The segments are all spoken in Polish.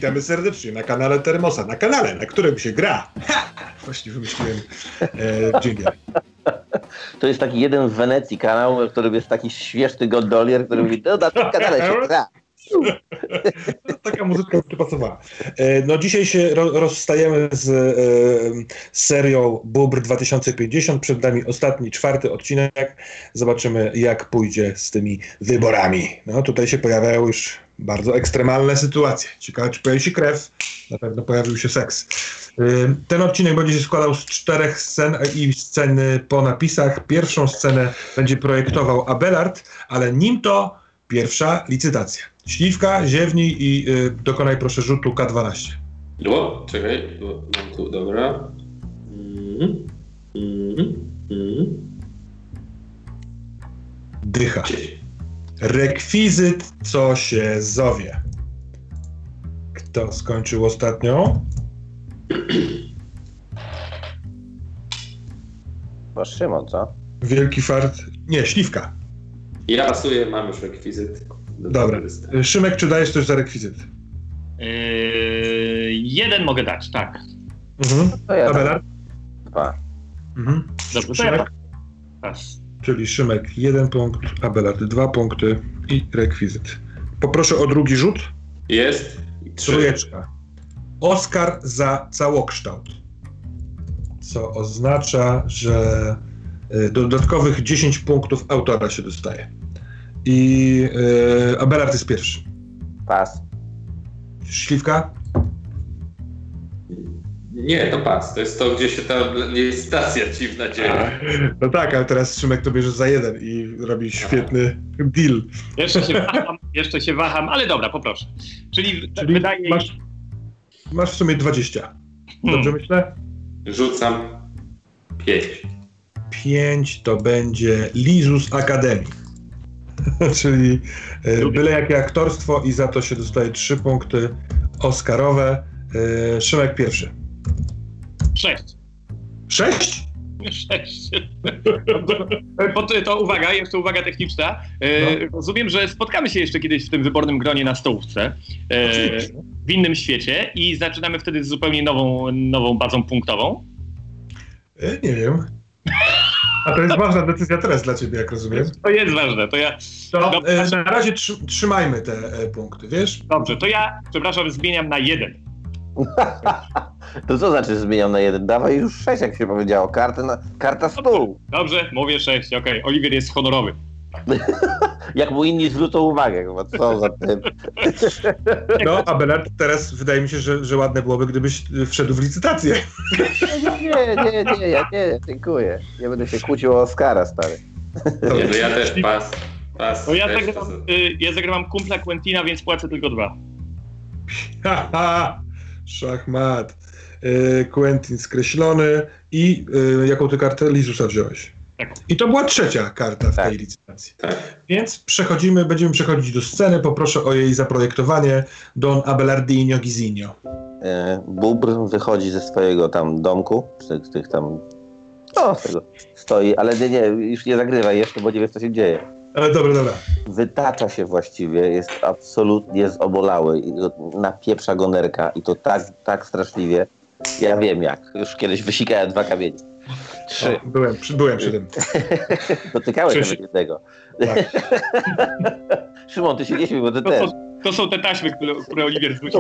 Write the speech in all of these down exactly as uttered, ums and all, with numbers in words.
Witamy serdecznie na kanale Termosa, na kanale, na którym się gra. Ha! Właśnie wymyśliłem e, dżingiel. To jest taki jeden w Wenecji kanał, który jest taki śmieszny gondolier, który mówi, no na tym kanale się gra. Taka muzyka by pasowała. No dzisiaj się ro- rozstajemy z e, serią Bóbr dwa tysiące pięćdziesiąt. Przed nami ostatni, czwarty odcinek. Zobaczymy, jak pójdzie z tymi wyborami. No tutaj się pojawiają już bardzo ekstremalne sytuacje. Ciekawe, czy pojawi się krew. Na pewno pojawił się seks. Ten odcinek będzie się składał z czterech scen i sceny po napisach. Pierwszą scenę będzie projektował Abelard, ale nim to pierwsza licytacja. Śliwka, ziewnij i y, dokonaj proszę rzutu K dwanaście. O, czekaj, bo mam tu, dobra. Mm, mm, mm. Dycha. Rekwizyt, co się zowie. Kto skończył ostatnią? Chyba Szymon, co? Wielki fart. Nie, Śliwka. Ja pasuję, mam już rekwizyt. Dobra. Szymek, czy dajesz coś za rekwizyt? Yy, jeden mogę dać, tak. Mhm. To ja Abelard? Dwa. Mhm. Dobrze, to Szymek? ja Pas. Czyli Szymek jeden punkt, Abelard dwa punkty i rekwizyt. Poproszę o drugi rzut. Jest. Trzy. Trójeczka. Oskar za całokształt. Co oznacza, że y, dodatkowych dziesięć punktów autora się dostaje. I y, Abelard jest pierwszy. Pas. Śliwka? Nie, to pas. To jest to, gdzie się ta licytacja dziwna dzieje. No tak, ale teraz Szymek to bierze za jeden i robi świetny deal. Jeszcze się waham, jeszcze się waham, ale dobra, poproszę. Czyli, Czyli wydaje masz, masz w sumie dwadzieścia. Dobrze Hmm. myślę? Rzucam pięć. pięć to będzie Lizus Akademii. Czyli y, byle jakie aktorstwo i za to się dostaje trzy punkty Oscarowe. Y, Szymek pierwszy. sześć. Sześć? Sześć. To, to uwaga, jeszcze uwaga techniczna. E, No. Rozumiem, że spotkamy się jeszcze kiedyś w tym wybornym gronie na stołówce e, w innym świecie i zaczynamy wtedy z zupełnie nową, nową bazą punktową. Y, nie wiem. A to jest ważna decyzja teraz dla ciebie, jak rozumiem. To jest ważne, to ja... To Dobrze, y, na razie trzy, trzymajmy te y, punkty, wiesz? Dobrze, to ja, przepraszam, zmieniam na jeden. To co znaczy zmieniam na jeden? Dawaj już sześć, jak się powiedziało. Kartę na, karta stół. Dobrze, mówię sześć, okej. Okay. Oliwier jest honorowy. Jak mu inni zwrócą uwagę, chyba co za tym. No, Abelard, teraz wydaje mi się, że, że ładne byłoby, gdybyś wszedł w licytację. Nie, nie, nie, nie, ja nie, dziękuję. Nie będę się kłócił o Oscara, stary. Nie, no ja też pas. Pas. No ja, Też zagrywam, to- y, ja zagrywam kumpla Quentina, więc płacę tylko dwa. Haha, szachmat. Y, Quentin skreślony i y, jaką ty kartę Lizusa wziąłeś? Tak. I to była trzecia karta w Tak. tej licytacji. Tak. Więc przechodzimy, będziemy przechodzić do sceny. Poproszę o jej zaprojektowanie. Don Abelardinho Gizinho. E, Bóbr wychodzi ze swojego tam domku, z tych, z tych tam, no z tego stoi, ale nie, nie, już nie zagrywaj jeszcze, bo nie wiesz co się dzieje. Ale dobra, dobra. Wytacza się właściwie, jest absolutnie zobolały, i napieprza go nerka i to tak, tak straszliwie. Ja wiem jak, już kiedyś wysikałem dwa kamienie. Trzy. O, byłem, przy, byłem przy tym. Dotykałeś Trzy. nawet jednego. Tak. Szymon, ty się nie śmiej, bo ty To, też. to, to są te taśmy, które, które Oliwier zwrócił.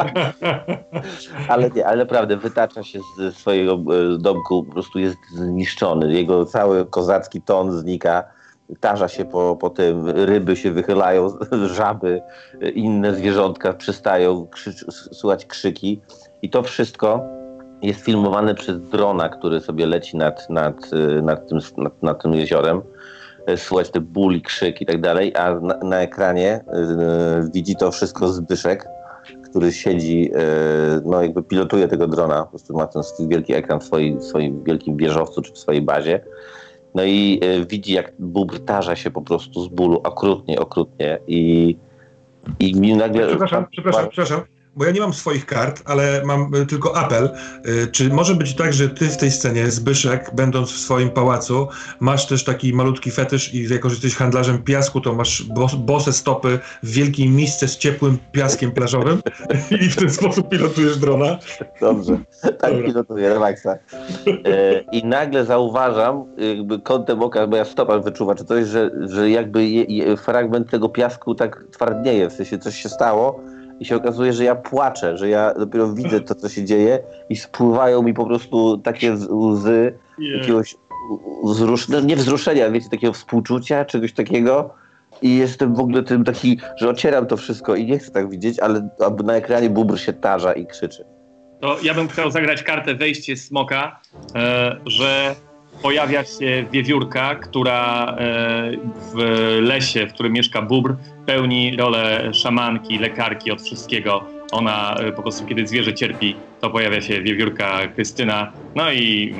Ale nie, ale naprawdę wytacza się z swojego e, domku, po prostu jest zniszczony. Jego cały kozacki ton znika, tarza się po, po tym, ryby się wychylają, żaby, e, inne zwierzątka przystają, krzycz, słuchać krzyki i to wszystko jest filmowane przez drona, który sobie leci nad, nad, e, nad, tym, nad, nad tym jeziorem. E, Słychać te ból i krzyk i tak dalej, a na, na ekranie e, widzi to wszystko Zbyszek, który siedzi, no jakby pilotuje tego drona, po prostu ma ten swój wielki ekran w swoim, w swoim wielkim wieżowcu czy w swojej bazie. No i widzi, jak bóbr tarza się po prostu z bólu, okrutnie, okrutnie i, i mi nagle... Przepraszam, przepraszam, przepraszam. bo ja nie mam swoich kart, ale mam y, tylko apel. Y, czy może być tak, że ty w tej scenie, Zbyszek, będąc w swoim pałacu, masz też taki malutki fetysz i jako, że jesteś handlarzem piasku, to masz bos, bose stopy w wielkiej misce z ciepłym piaskiem plażowym i w ten sposób pilotujesz drona? Dobrze, tak Dobra. pilotuję, na maksa. E, I nagle zauważam, jakby kątem oka, bo ja stopa wyczuwa, czy coś, że, że jakby je, je, fragment tego piasku tak twardnieje, w sensie coś się stało i się okazuje, że ja płaczę, że ja dopiero widzę to, co się dzieje i spływają mi po prostu takie łzy yeah. jakiegoś wzruszenia, nie wzruszenia, wiecie, takiego współczucia, czegoś takiego. I jestem w ogóle tym taki, że ocieram to wszystko i nie chcę tak widzieć, ale na ekranie Bóbr się tarza i krzyczy. To ja bym chciał zagrać kartę Wejście Smoka, e, że pojawia się wiewiórka, która e, w lesie, w którym mieszka Bóbr, pełni rolę szamanki, lekarki, od wszystkiego. Ona e, po prostu, kiedy zwierzę cierpi, to pojawia się wiewiórka Krystyna, no i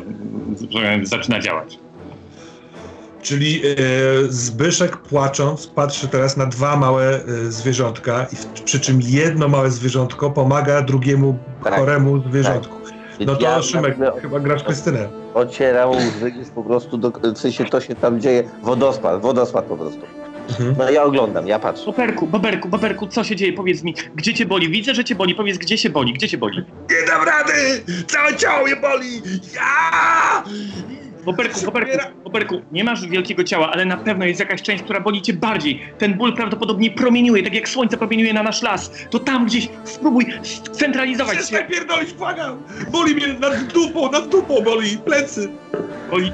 e, zaczyna działać. Czyli e, Zbyszek płacząc patrzy teraz na dwa małe e, zwierzątka, i w, przy czym jedno małe zwierzątko pomaga drugiemu tak, choremu zwierzątku. Tak. No to ja Szymek, na, chyba grasz Krystynę. Ocieram łzy, już po prostu, do, w sensie to się tam dzieje, wodospad, wodospad po prostu. Mhm. No ja oglądam, ja patrzę. Boberku, Boberku, Boberku, co się dzieje? Powiedz mi, gdzie cię boli? Widzę, że cię boli, powiedz, gdzie się boli, gdzie cię boli? Nie dam rady! Całe ciało mnie boli! Ja! Boberku, Boberku, Boberku, nie masz wielkiego ciała, ale na pewno jest jakaś część, która boli cię bardziej. Ten ból prawdopodobnie promieniuje, tak jak słońce promieniuje na nasz las. To tam gdzieś spróbuj scentralizować się. Przestań pierdolić, błagam! Boli mnie nad dupą, nad dupą boli, plecy. Boli...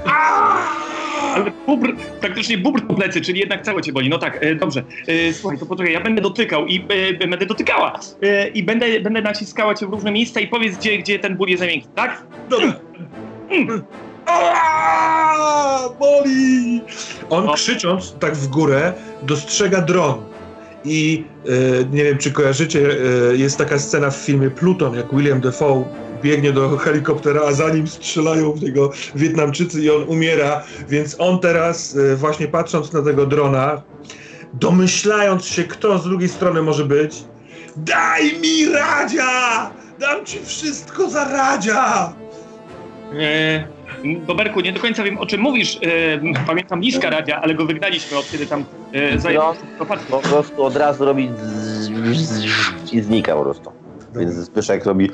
Ale bóbr, praktycznie bóbr po plecy, czyli jednak całe cię boli. No tak, e, dobrze. E, słuchaj, to poczekaj, ja będę dotykał i e, będę dotykała. E, I będę, będę naciskała cię w różne miejsca i powiedz, gdzie, gdzie ten ból jest największy, tak? Dobra. Mm. Aaaa, boli! On o. krzycząc tak w górę dostrzega dron i e, nie wiem, czy kojarzycie, e, jest taka scena w filmie Pluton, jak William Dafoe biegnie do helikoptera, a za nim strzelają w niego Wietnamczycy i on umiera, więc on teraz e, właśnie patrząc na tego drona, domyślając się, kto z drugiej strony może być, daj mi Radzia! Dam ci wszystko za Radzia! Nie. Boberku, nie do końca wiem, o czym mówisz. E, pamiętam Liska Radzia, ale go wygnaliśmy od kiedy tam e, zajęło. No, po prostu od razu robi i znika po prostu. Więc Zbyszek robi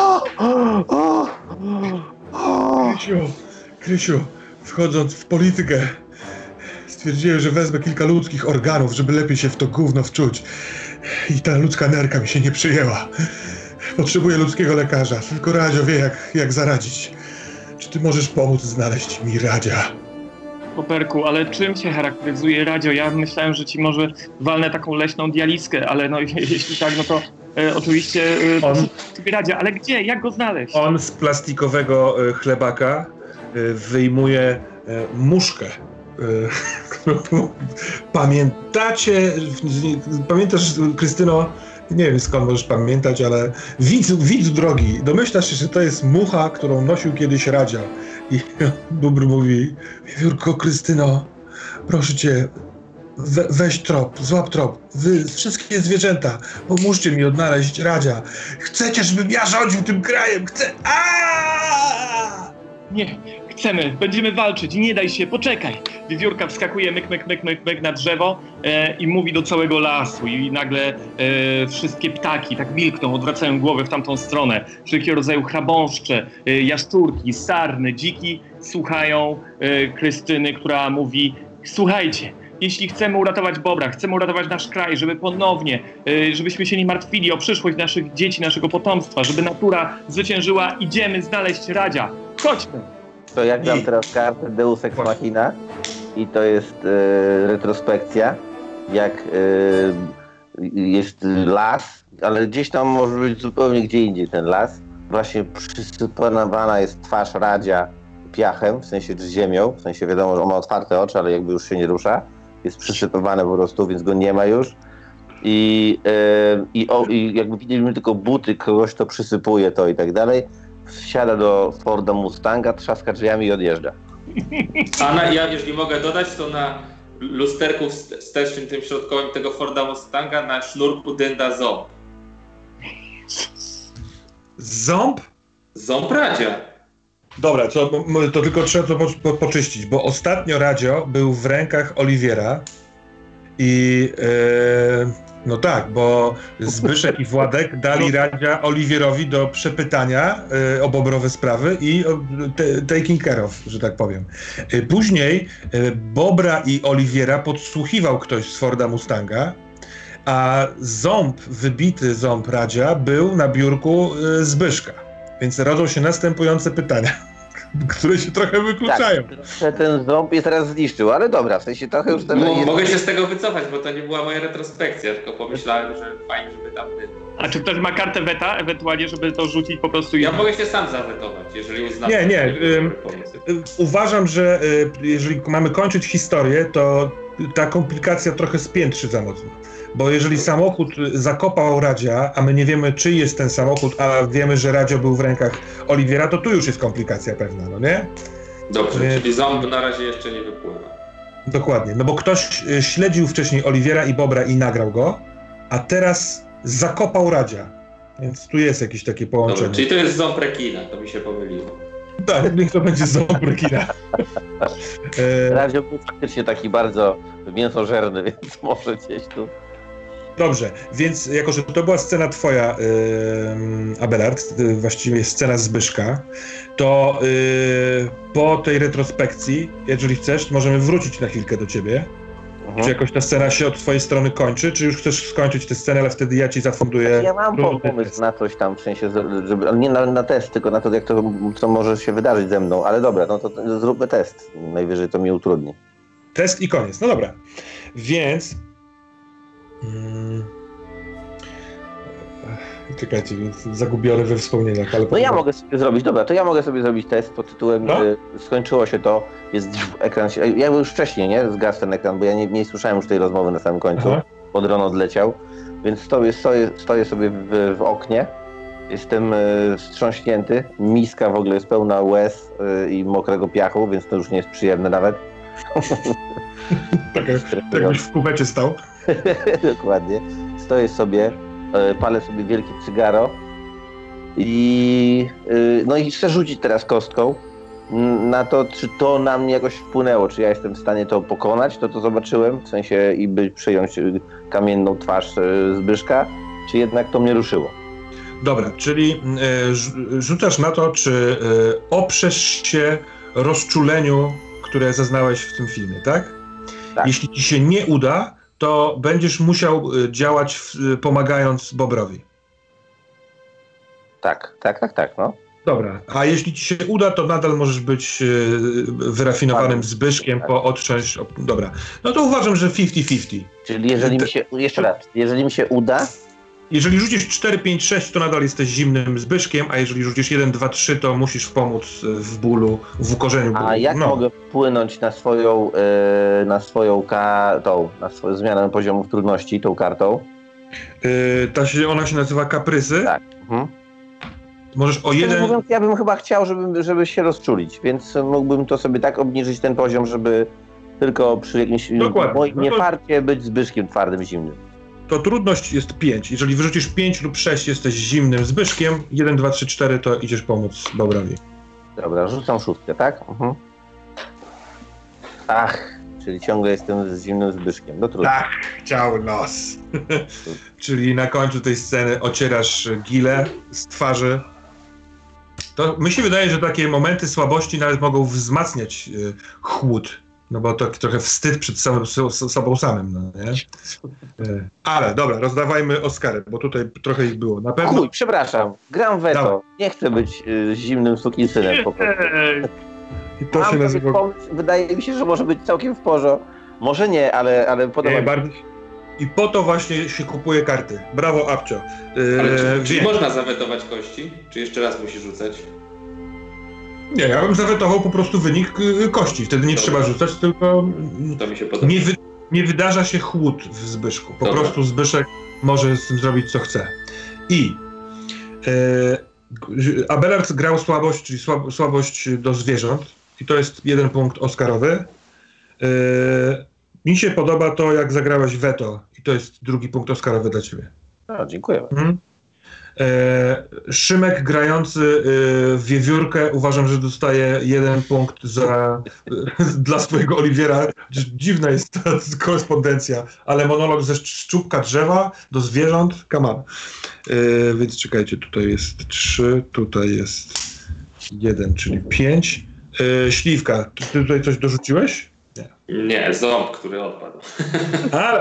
Krysiu, Krysiu, wchodząc w politykę, stwierdziłem, że wezmę kilka ludzkich organów, żeby lepiej się w to gówno wczuć. I ta ludzka nerka mi się nie przyjęła. Potrzebuję ludzkiego lekarza, tylko Radzio wie, jak, jak zaradzić. Czy ty możesz pomóc znaleźć mi Radzia? Boberku, ale czym się charakteryzuje Radzio? Ja myślałem, że ci może walnę taką leśną dializkę, ale no jeśli tak, no to e, oczywiście e, on, sobie Radzia, ale gdzie? Jak go znaleźć? On z plastikowego e, chlebaka e, wyjmuje e, muszkę. E, pamiętacie, pamiętasz, Krystyno, nie wiem skąd możesz pamiętać, ale widzu, widzu drogi, domyślasz się, że to jest mucha, którą nosił kiedyś Radzia. I Bóbr mówi, wiewiórko Krystyno, proszę cię, we, weź trop, złap trop, wy, wszystkie zwierzęta, pomóżcie mi odnaleźć Radzia. Chcecie, żebym ja rządził tym krajem, chcę... Aaaa! Nie, chcemy, będziemy walczyć, nie daj się, poczekaj. Wiewiórka wskakuje myk, myk, myk, myk, myk na drzewo e, i mówi do całego lasu i nagle e, wszystkie ptaki tak milkną, odwracają głowę w tamtą stronę. Wszelkiego rodzaju chrabąszcze, e, jaszczurki, sarny, dziki słuchają e, Krystyny, która mówi, słuchajcie, jeśli chcemy uratować Bobra, chcemy uratować nasz kraj, żeby ponownie, e, żebyśmy się nie martwili o przyszłość naszych dzieci, naszego potomstwa, żeby natura zwyciężyła, idziemy znaleźć Radzia. Chodźmy! To jak dam teraz kartę Deus Ex Machina i to jest e, retrospekcja, jak e, jest las, ale gdzieś tam może być zupełnie gdzie indziej ten las. Właśnie przysypana jest twarz Radzia piachem, w sensie z ziemią, w sensie wiadomo, że on ma otwarte oczy, ale jakby już się nie rusza. Jest przysypywane po prostu, więc go nie ma już. I, e, i, o, i jakby widzimy tylko buty, kogoś to przysypuje to i tak dalej. Wsiada do Forda Mustanga, trzaska drzwiami i odjeżdża. A na, ja, jeżeli mogę dodać, to na lusterku wstecznym, tym środkowym tego Forda Mustanga na sznurku dynda ząb. Ząb? Ząb Radzia. Dobra, to, to tylko trzeba to po, po, poczyścić, bo ostatnio Radio był w rękach Oliwiera i e, no tak, bo Zbyszek i Władek dali Radzia Oliwierowi do przepytania e, o bobrowe sprawy i o, te, taking care of, że tak powiem. E, później e, Bobra i Oliwiera podsłuchiwał ktoś z Forda Mustanga, a ząb, wybity ząb Radzia był na biurku e, Zbyszka. Więc rodzą się następujące pytania, które się trochę wykluczają. Tak, ten ząb je teraz zniszczył, ale dobra, w sensie trochę już... Ten Mo- jest... Mogę się z tego wycofać, bo to nie była moja retrospekcja, tylko pomyślałem, że fajnie, żeby tam było. A czy ktoś ma kartę weta, ewentualnie, żeby to rzucić po prostu? I... Ja mogę się sam zawetować, jeżeli uznam... Nie, nie. Ym, uważam, że y, jeżeli mamy kończyć historię, to ta komplikacja trochę spiętrzy za mocno. Bo jeżeli samochód zakopał Radzia, a my nie wiemy, czy jest ten samochód, a wiemy, że Radio był w rękach Oliwiera, to tu już jest komplikacja pewna, no nie? Dobrze, nie. Czyli ząb na razie jeszcze nie wypływa. Dokładnie, no bo ktoś śledził wcześniej Oliwiera i Bobra i nagrał go, a teraz zakopał Radzia. Więc tu jest jakieś takie połączenie. Dobra, czyli to jest ząb rekina, to mi się pomyliło. Tak, niech to będzie ząb rekina. e... Radio był faktycznie taki bardzo mięsożerny, więc może gdzieś tu... Dobrze, więc jako, że to była scena twoja, yy, Abelard, yy, właściwie scena Zbyszka, to yy, po tej retrospekcji, jeżeli chcesz, możemy wrócić na chwilkę do ciebie. Mhm. Czy jakoś ta scena się od twojej strony kończy, czy już chcesz skończyć tę scenę, ale wtedy ja ci zafunduję... Ja mam pomysł test na coś tam, w sensie, żeby, ale nie na, na test, tylko na to, jak to, to może się wydarzyć ze mną, ale dobra, no to, to zróbmy test, najwyżej to mi utrudni. Test i koniec, no dobra. Więc... Hmm. Czekajcie, zagubiony we wspomnieniach, ale... No ja mogę sobie zrobić, dobra, to ja mogę sobie zrobić test pod tytułem no? y, skończyło się to, jest ekran, się, ja już wcześniej, nie, zgasł ten ekran, bo ja nie, nie słyszałem już tej rozmowy na samym końcu, Aha. bo dron odleciał, więc stoję, stoję, stoję sobie w, w oknie, jestem y, wstrząśnięty, miska w ogóle jest pełna łez y, i mokrego piachu, więc to już nie jest przyjemne nawet. Tak, tak jakbyś w kuwecie stał. Dokładnie. Stoję sobie, palę sobie wielkie cygaro i no i chcę rzucić teraz kostką na to, czy to na mnie jakoś wpłynęło, czy ja jestem w stanie to pokonać, to to zobaczyłem, w sensie i by przyjąć kamienną twarz Zbyszka, czy jednak to mnie ruszyło. Dobra, czyli y, rzucasz na to, czy y, oprzesz się rozczuleniu, które zaznałeś w tym filmie, tak? Tak. Jeśli ci się nie uda, to będziesz musiał działać w, pomagając Bobrowi. Tak, tak, tak, tak, no. Dobra, a jeśli ci się uda, to nadal możesz być wyrafinowanym Zbyszkiem po odciąć... Dobra, no to uważam, że pięćdziesiąt pięćdziesiąt. Czyli jeżeli mi się... Jeszcze raz, jeżeli mi się uda... Jeżeli rzucisz cztery, pięć, sześć, to nadal jesteś zimnym Zbyszkiem, a jeżeli rzucisz jeden, dwa, trzy, to musisz pomóc w bólu, w ukorzeniu bólu. A jak no. mogę wpłynąć na swoją, yy, na swoją kartą, na swoją zmianę poziomów trudności tą kartą? Yy, ta się, ona się nazywa kaprysy. Tak. Mhm. Możesz o jeden... Mówiąc, ja bym chyba chciał, żeby, żeby się rozczulić, więc mógłbym to sobie tak obniżyć ten poziom, żeby tylko przy jakimś moim no niefarcie być Zbyszkiem twardym, zimnym. To trudność jest pięć. Jeżeli wyrzucisz pięć lub sześć, jesteś zimnym Zbyszkiem. jeden, dwa, trzy, cztery to idziesz pomóc Bobrowi. Dobra, rzucam szóstkę, tak? Mhm. Ach, czyli ciągle jestem z zimnym Zbyszkiem. No trudno. Tak, chciał los. Czyli na końcu tej sceny ocierasz gilę z twarzy. To mi się wydaje, że takie momenty słabości nawet mogą wzmacniać y, chłód. No bo to trochę wstyd przed samym, sobą samym, no nie? Ale dobra, rozdawajmy Oscary, bo tutaj trochę ich było. Na pewno... Chuj, przepraszam, gram weto. Dawaj. Nie chcę być y, zimnym sukinsynem po prostu. I to się nazywa... pomysł, wydaje mi się, że może być całkiem w porządku. Może nie, ale, ale podoba mi się. Bardzo... I po to właśnie się kupuje karty. Brawo, Abcio. Yy, ale czy, czy można zawetować kości? Czy jeszcze raz musi rzucać? Nie, ja bym zawetował po prostu wynik y, kości. Wtedy nie Dobra. trzeba rzucać, tylko to mi się podoba. Nie, wy, nie wydarza się chłód w Zbyszku. Po Dobra. prostu Zbyszek może z tym zrobić, co chce. I y, Abelard grał słabość, czyli słab, słabość do zwierząt. I to jest jeden punkt Oscarowy. Y, mi się podoba to, jak zagrałeś weto. I to jest drugi punkt Oscarowy dla ciebie. No, dziękuję. Mhm. E, Szymek grający e, w wiewiórkę uważam, że dostaje jeden punkt za, e, dla swojego Oliwiera. Dziwna jest ta korespondencja, ale monolog ze szczupka drzewa do zwierząt, come on. E, więc czekajcie, tutaj jest trzy, tutaj jest jeden, czyli pięć. E, Śliwka, ty tutaj coś dorzuciłeś? Nie. Nie, ząb, który odpadł. A!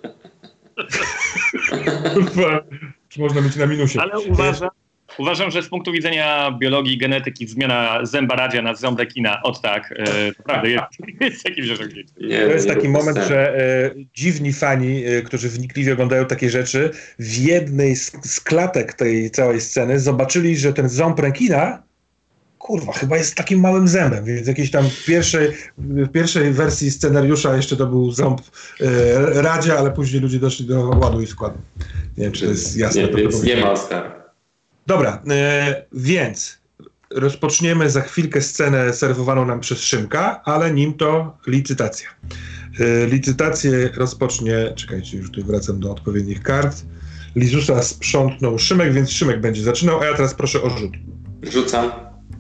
Czy można być na minusie? Ale uważam, uważam, że z punktu widzenia biologii, genetyki, zmiana zęba radzia na ząb rekina, od tak, e, naprawdę jest, jest jakimś osiągnięciem. To jest taki moment, że e, dziwni fani, e, którzy wnikliwie oglądają takie rzeczy, w jednej z, z klatek tej całej sceny zobaczyli, że ten ząb rekina, kurwa, chyba jest takim małym zębem, więc jakiejś tam w pierwszej, w pierwszej wersji scenariusza jeszcze to był ząb e, radzia, ale później ludzie doszli do ładu i składu. Nie wiem, czy to jest jasne. Nie, to więc nie ma Oscara. Dobra, e, więc rozpoczniemy za chwilkę scenę serwowaną nam przez Szymka, ale nim to licytacja. E, licytację rozpocznie, czekajcie, już tutaj wracam do odpowiednich kart. Lizusa sprzątnął Szymek, więc Szymek będzie zaczynał, a ja teraz proszę o rzut. Rzucam.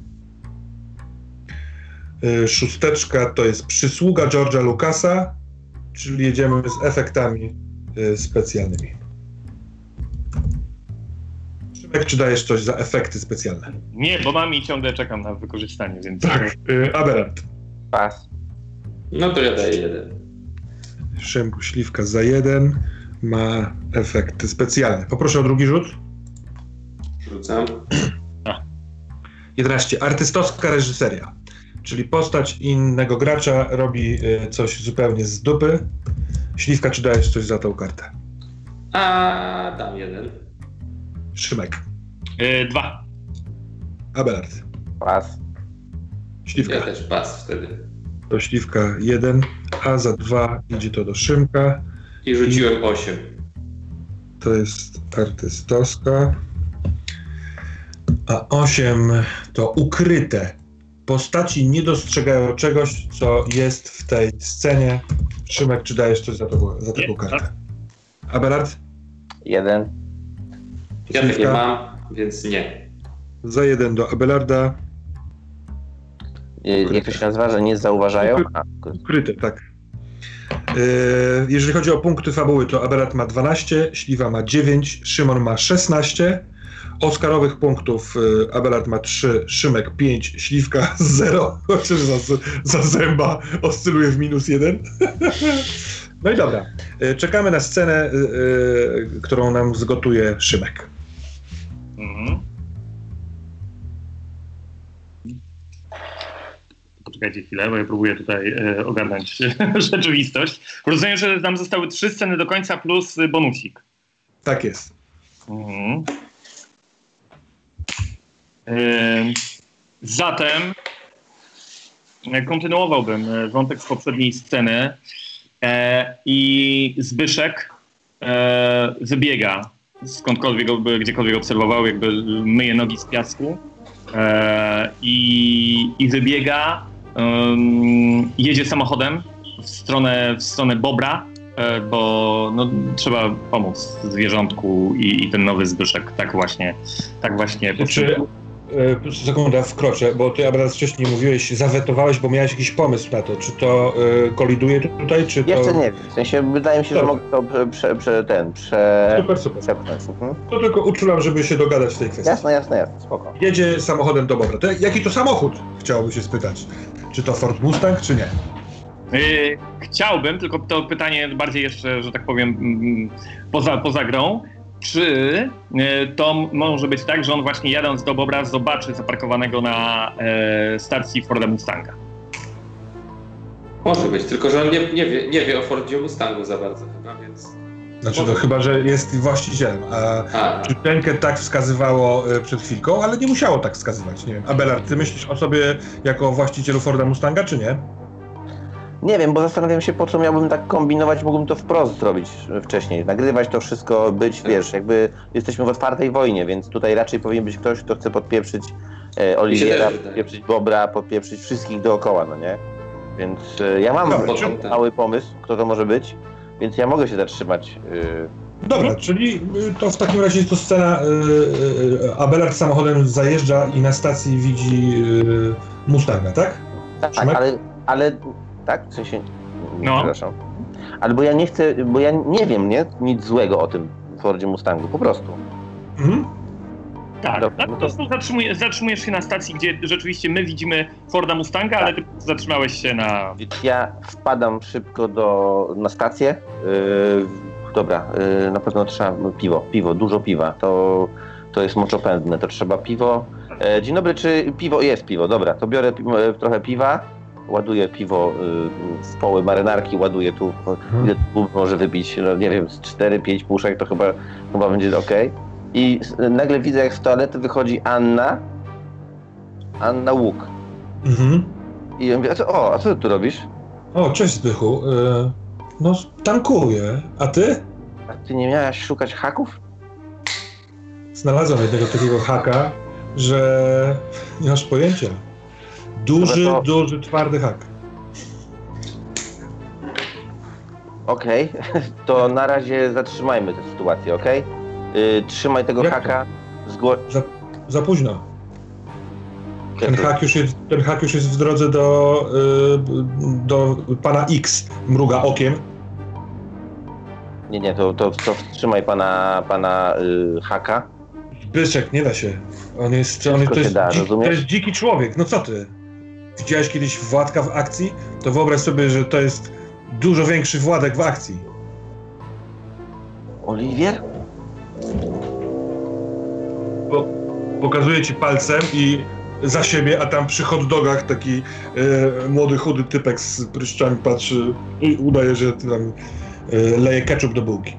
E, szósteczka to jest przysługa George'a Lucasa, czyli jedziemy z efektami e, specjalnymi. Szymek, czy dajesz coś za efekty specjalne? Nie, bo mam i ciągle czekam na wykorzystanie, więc... Tak. E, Aberrant. Pas. No to ja daję jeden. Szymku, Śliwka za jeden ma efekty specjalne. Poproszę o drugi rzut. Rzucam. jedenaście. Artystowska reżyseria. Czyli postać innego gracza robi y, coś zupełnie z dupy. Śliwka, czy dajesz coś za tą kartę? A dam jeden. Szymek. Yy, dwa. Abelard. Pas. Śliwka. Ja też pas wtedy. To Śliwka jeden, a za dwa idzie to do Szymka. I rzuciłem osiem. To jest artystowska. A osiem to ukryte. Postaci nie dostrzegają czegoś, co jest w tej scenie. Szymek, czy dajesz coś za, to, za taką kartę? Abelard? Jeden. Ja Śliwka? takie mam, więc nie. Za jeden do Abelarda. Je- Jak to się nazywa, że nie zauważają? A, Ukryte, tak. Yy, jeżeli chodzi o punkty fabuły, to Abelard ma dwanaście, Śliwa ma dziewięć, Szymon ma szesnaście. Oscarowych punktów y, Abelard ma trzy, Szymek pięć, Śliwka zero, chociaż za, za zęba oscyluje w minus jeden. No i dobra, y, czekamy na scenę, y, y, którą nam zgotuje Szymek. Mhm. Poczekajcie chwilę, bo ja próbuję tutaj e, ogarnąć rzeczywistość. Rozumiem, że nam zostały trzy sceny do końca plus bonusik. Tak jest. Mhm. E, zatem e, kontynuowałbym e, wątek z poprzedniej sceny e, i Zbyszek e, wybiega skądkolwiek, go- gdziekolwiek obserwował, jakby myje nogi z piasku e, i, i wybiega, um, jedzie samochodem w stronę, w stronę Bobra, e, bo no, trzeba pomóc zwierzątku i, i ten nowy Zbyszek tak właśnie, tak właśnie Czy, y, sekunda, wkroczę, bo ty Abelard wcześniej mówiłeś, zawetowałeś, bo miałeś jakiś pomysł na to. Czy to y, koliduje tutaj, czy to... Jeszcze nie wiem. W sensie wydaje mi się, że Dobra. mogę to prze, prze, prze, ten, prze... Super, super. przepchnąć. Mhm. To tylko uczulam, żeby się dogadać w tej kwestii. Jasne, jasne, jasne, spoko. Jedzie samochodem do Bobra. To jaki to samochód? Chciałbym się spytać. Czy to Ford Mustang, czy nie? Yy, chciałbym, tylko to pytanie bardziej jeszcze, że tak powiem, mm, poza, poza grą. Czy yy, to m- może być tak, że on właśnie jadąc do Bobra zobaczy zaparkowanego na e, stacji Forda Mustanga? Może być, tylko że on nie, nie, wie, nie wie o Fordzie Mustangu za bardzo chyba, więc... Znaczy, no chyba, że jest właścicielem. A A, czytelkę tak wskazywało y, przed chwilką, ale nie musiało tak wskazywać. Nie wiem. Abelard, ty myślisz o sobie jako właścicielu Forda Mustanga, czy nie? Nie wiem, bo zastanawiam się, po co miałbym tak kombinować, mógłbym to wprost zrobić wcześniej. Nagrywać to wszystko, być, wiesz, jakby jesteśmy w otwartej wojnie, więc tutaj raczej powinien być ktoś, kto chce podpieprzyć e, Oliwiera, też wydaje. podpieprzyć Bobra, podpieprzyć wszystkich dookoła, no nie? Więc e, ja mam Dobra, mały pomysł, kto to może być, więc ja mogę się zatrzymać Dobra, czyli to w takim razie jest to scena, yy, Abelard samochodem zajeżdża i na stacji widzi yy, Mustanga, tak? Tak, tak, ale, ale, tak, w sensie, No. przepraszam, ale bo ja nie chcę, bo ja nie wiem, nie, nic złego o tym Fordzie Mustangu, po prostu. Mhm. Tak, Dobra, tak no po to- prostu zatrzymujesz, zatrzymujesz się na stacji, gdzie rzeczywiście my widzimy Forda Mustanga, ale ty zatrzymałeś się na... Więc ja wpadam szybko do, na stację, yy, dobra, yy, na pewno trzeba piwo, piwo, dużo piwa, to, to jest moczopędne, to trzeba piwo. E, dzień dobry, czy piwo, jest piwo, dobra, to biorę pi e, trochę piwa, ładuję piwo y, w poły marynarki, ładuję tu, Mhm. ile tu może wypić, no nie wiem, z cztery pięć puszek, to chyba, chyba będzie ok. I s- nagle widzę, jak z toalety wychodzi Anna, Anna Łuk. Mhm. I ja mówię, a co, o, a co ty tu robisz? O, cześć Zbychu. Yy, no, tankuję. A ty? A ty nie miałaś szukać haków? Znalazłem jednego takiego haka, że nie masz pojęcia. Duży, Dobra, to- duży, twardy hak. Okej, to na razie zatrzymajmy tę sytuację, okej? Y, trzymaj tego Jak to? haka, zgło... Za, za późno. Ten hak, już jest, ten hak już jest w drodze do, yy, do pana X. Mruga okiem. Nie, nie, to, to, to wstrzymaj pana, pana y, haka. Zbyszek, nie da się. On jest, on, Wszystko to, się jest da, dzik, rozumiesz? to jest dziki człowiek, no co ty? Widziałeś kiedyś Władka w akcji? To wyobraź sobie, że to jest dużo większy Władek w akcji. Oliwier? Bo pokazuje ci palcem i za siebie, a tam przy hot dogach taki e, młody, chudy typek z pryszczami patrzy i udaje, że tam e, leje ketchup do bułki.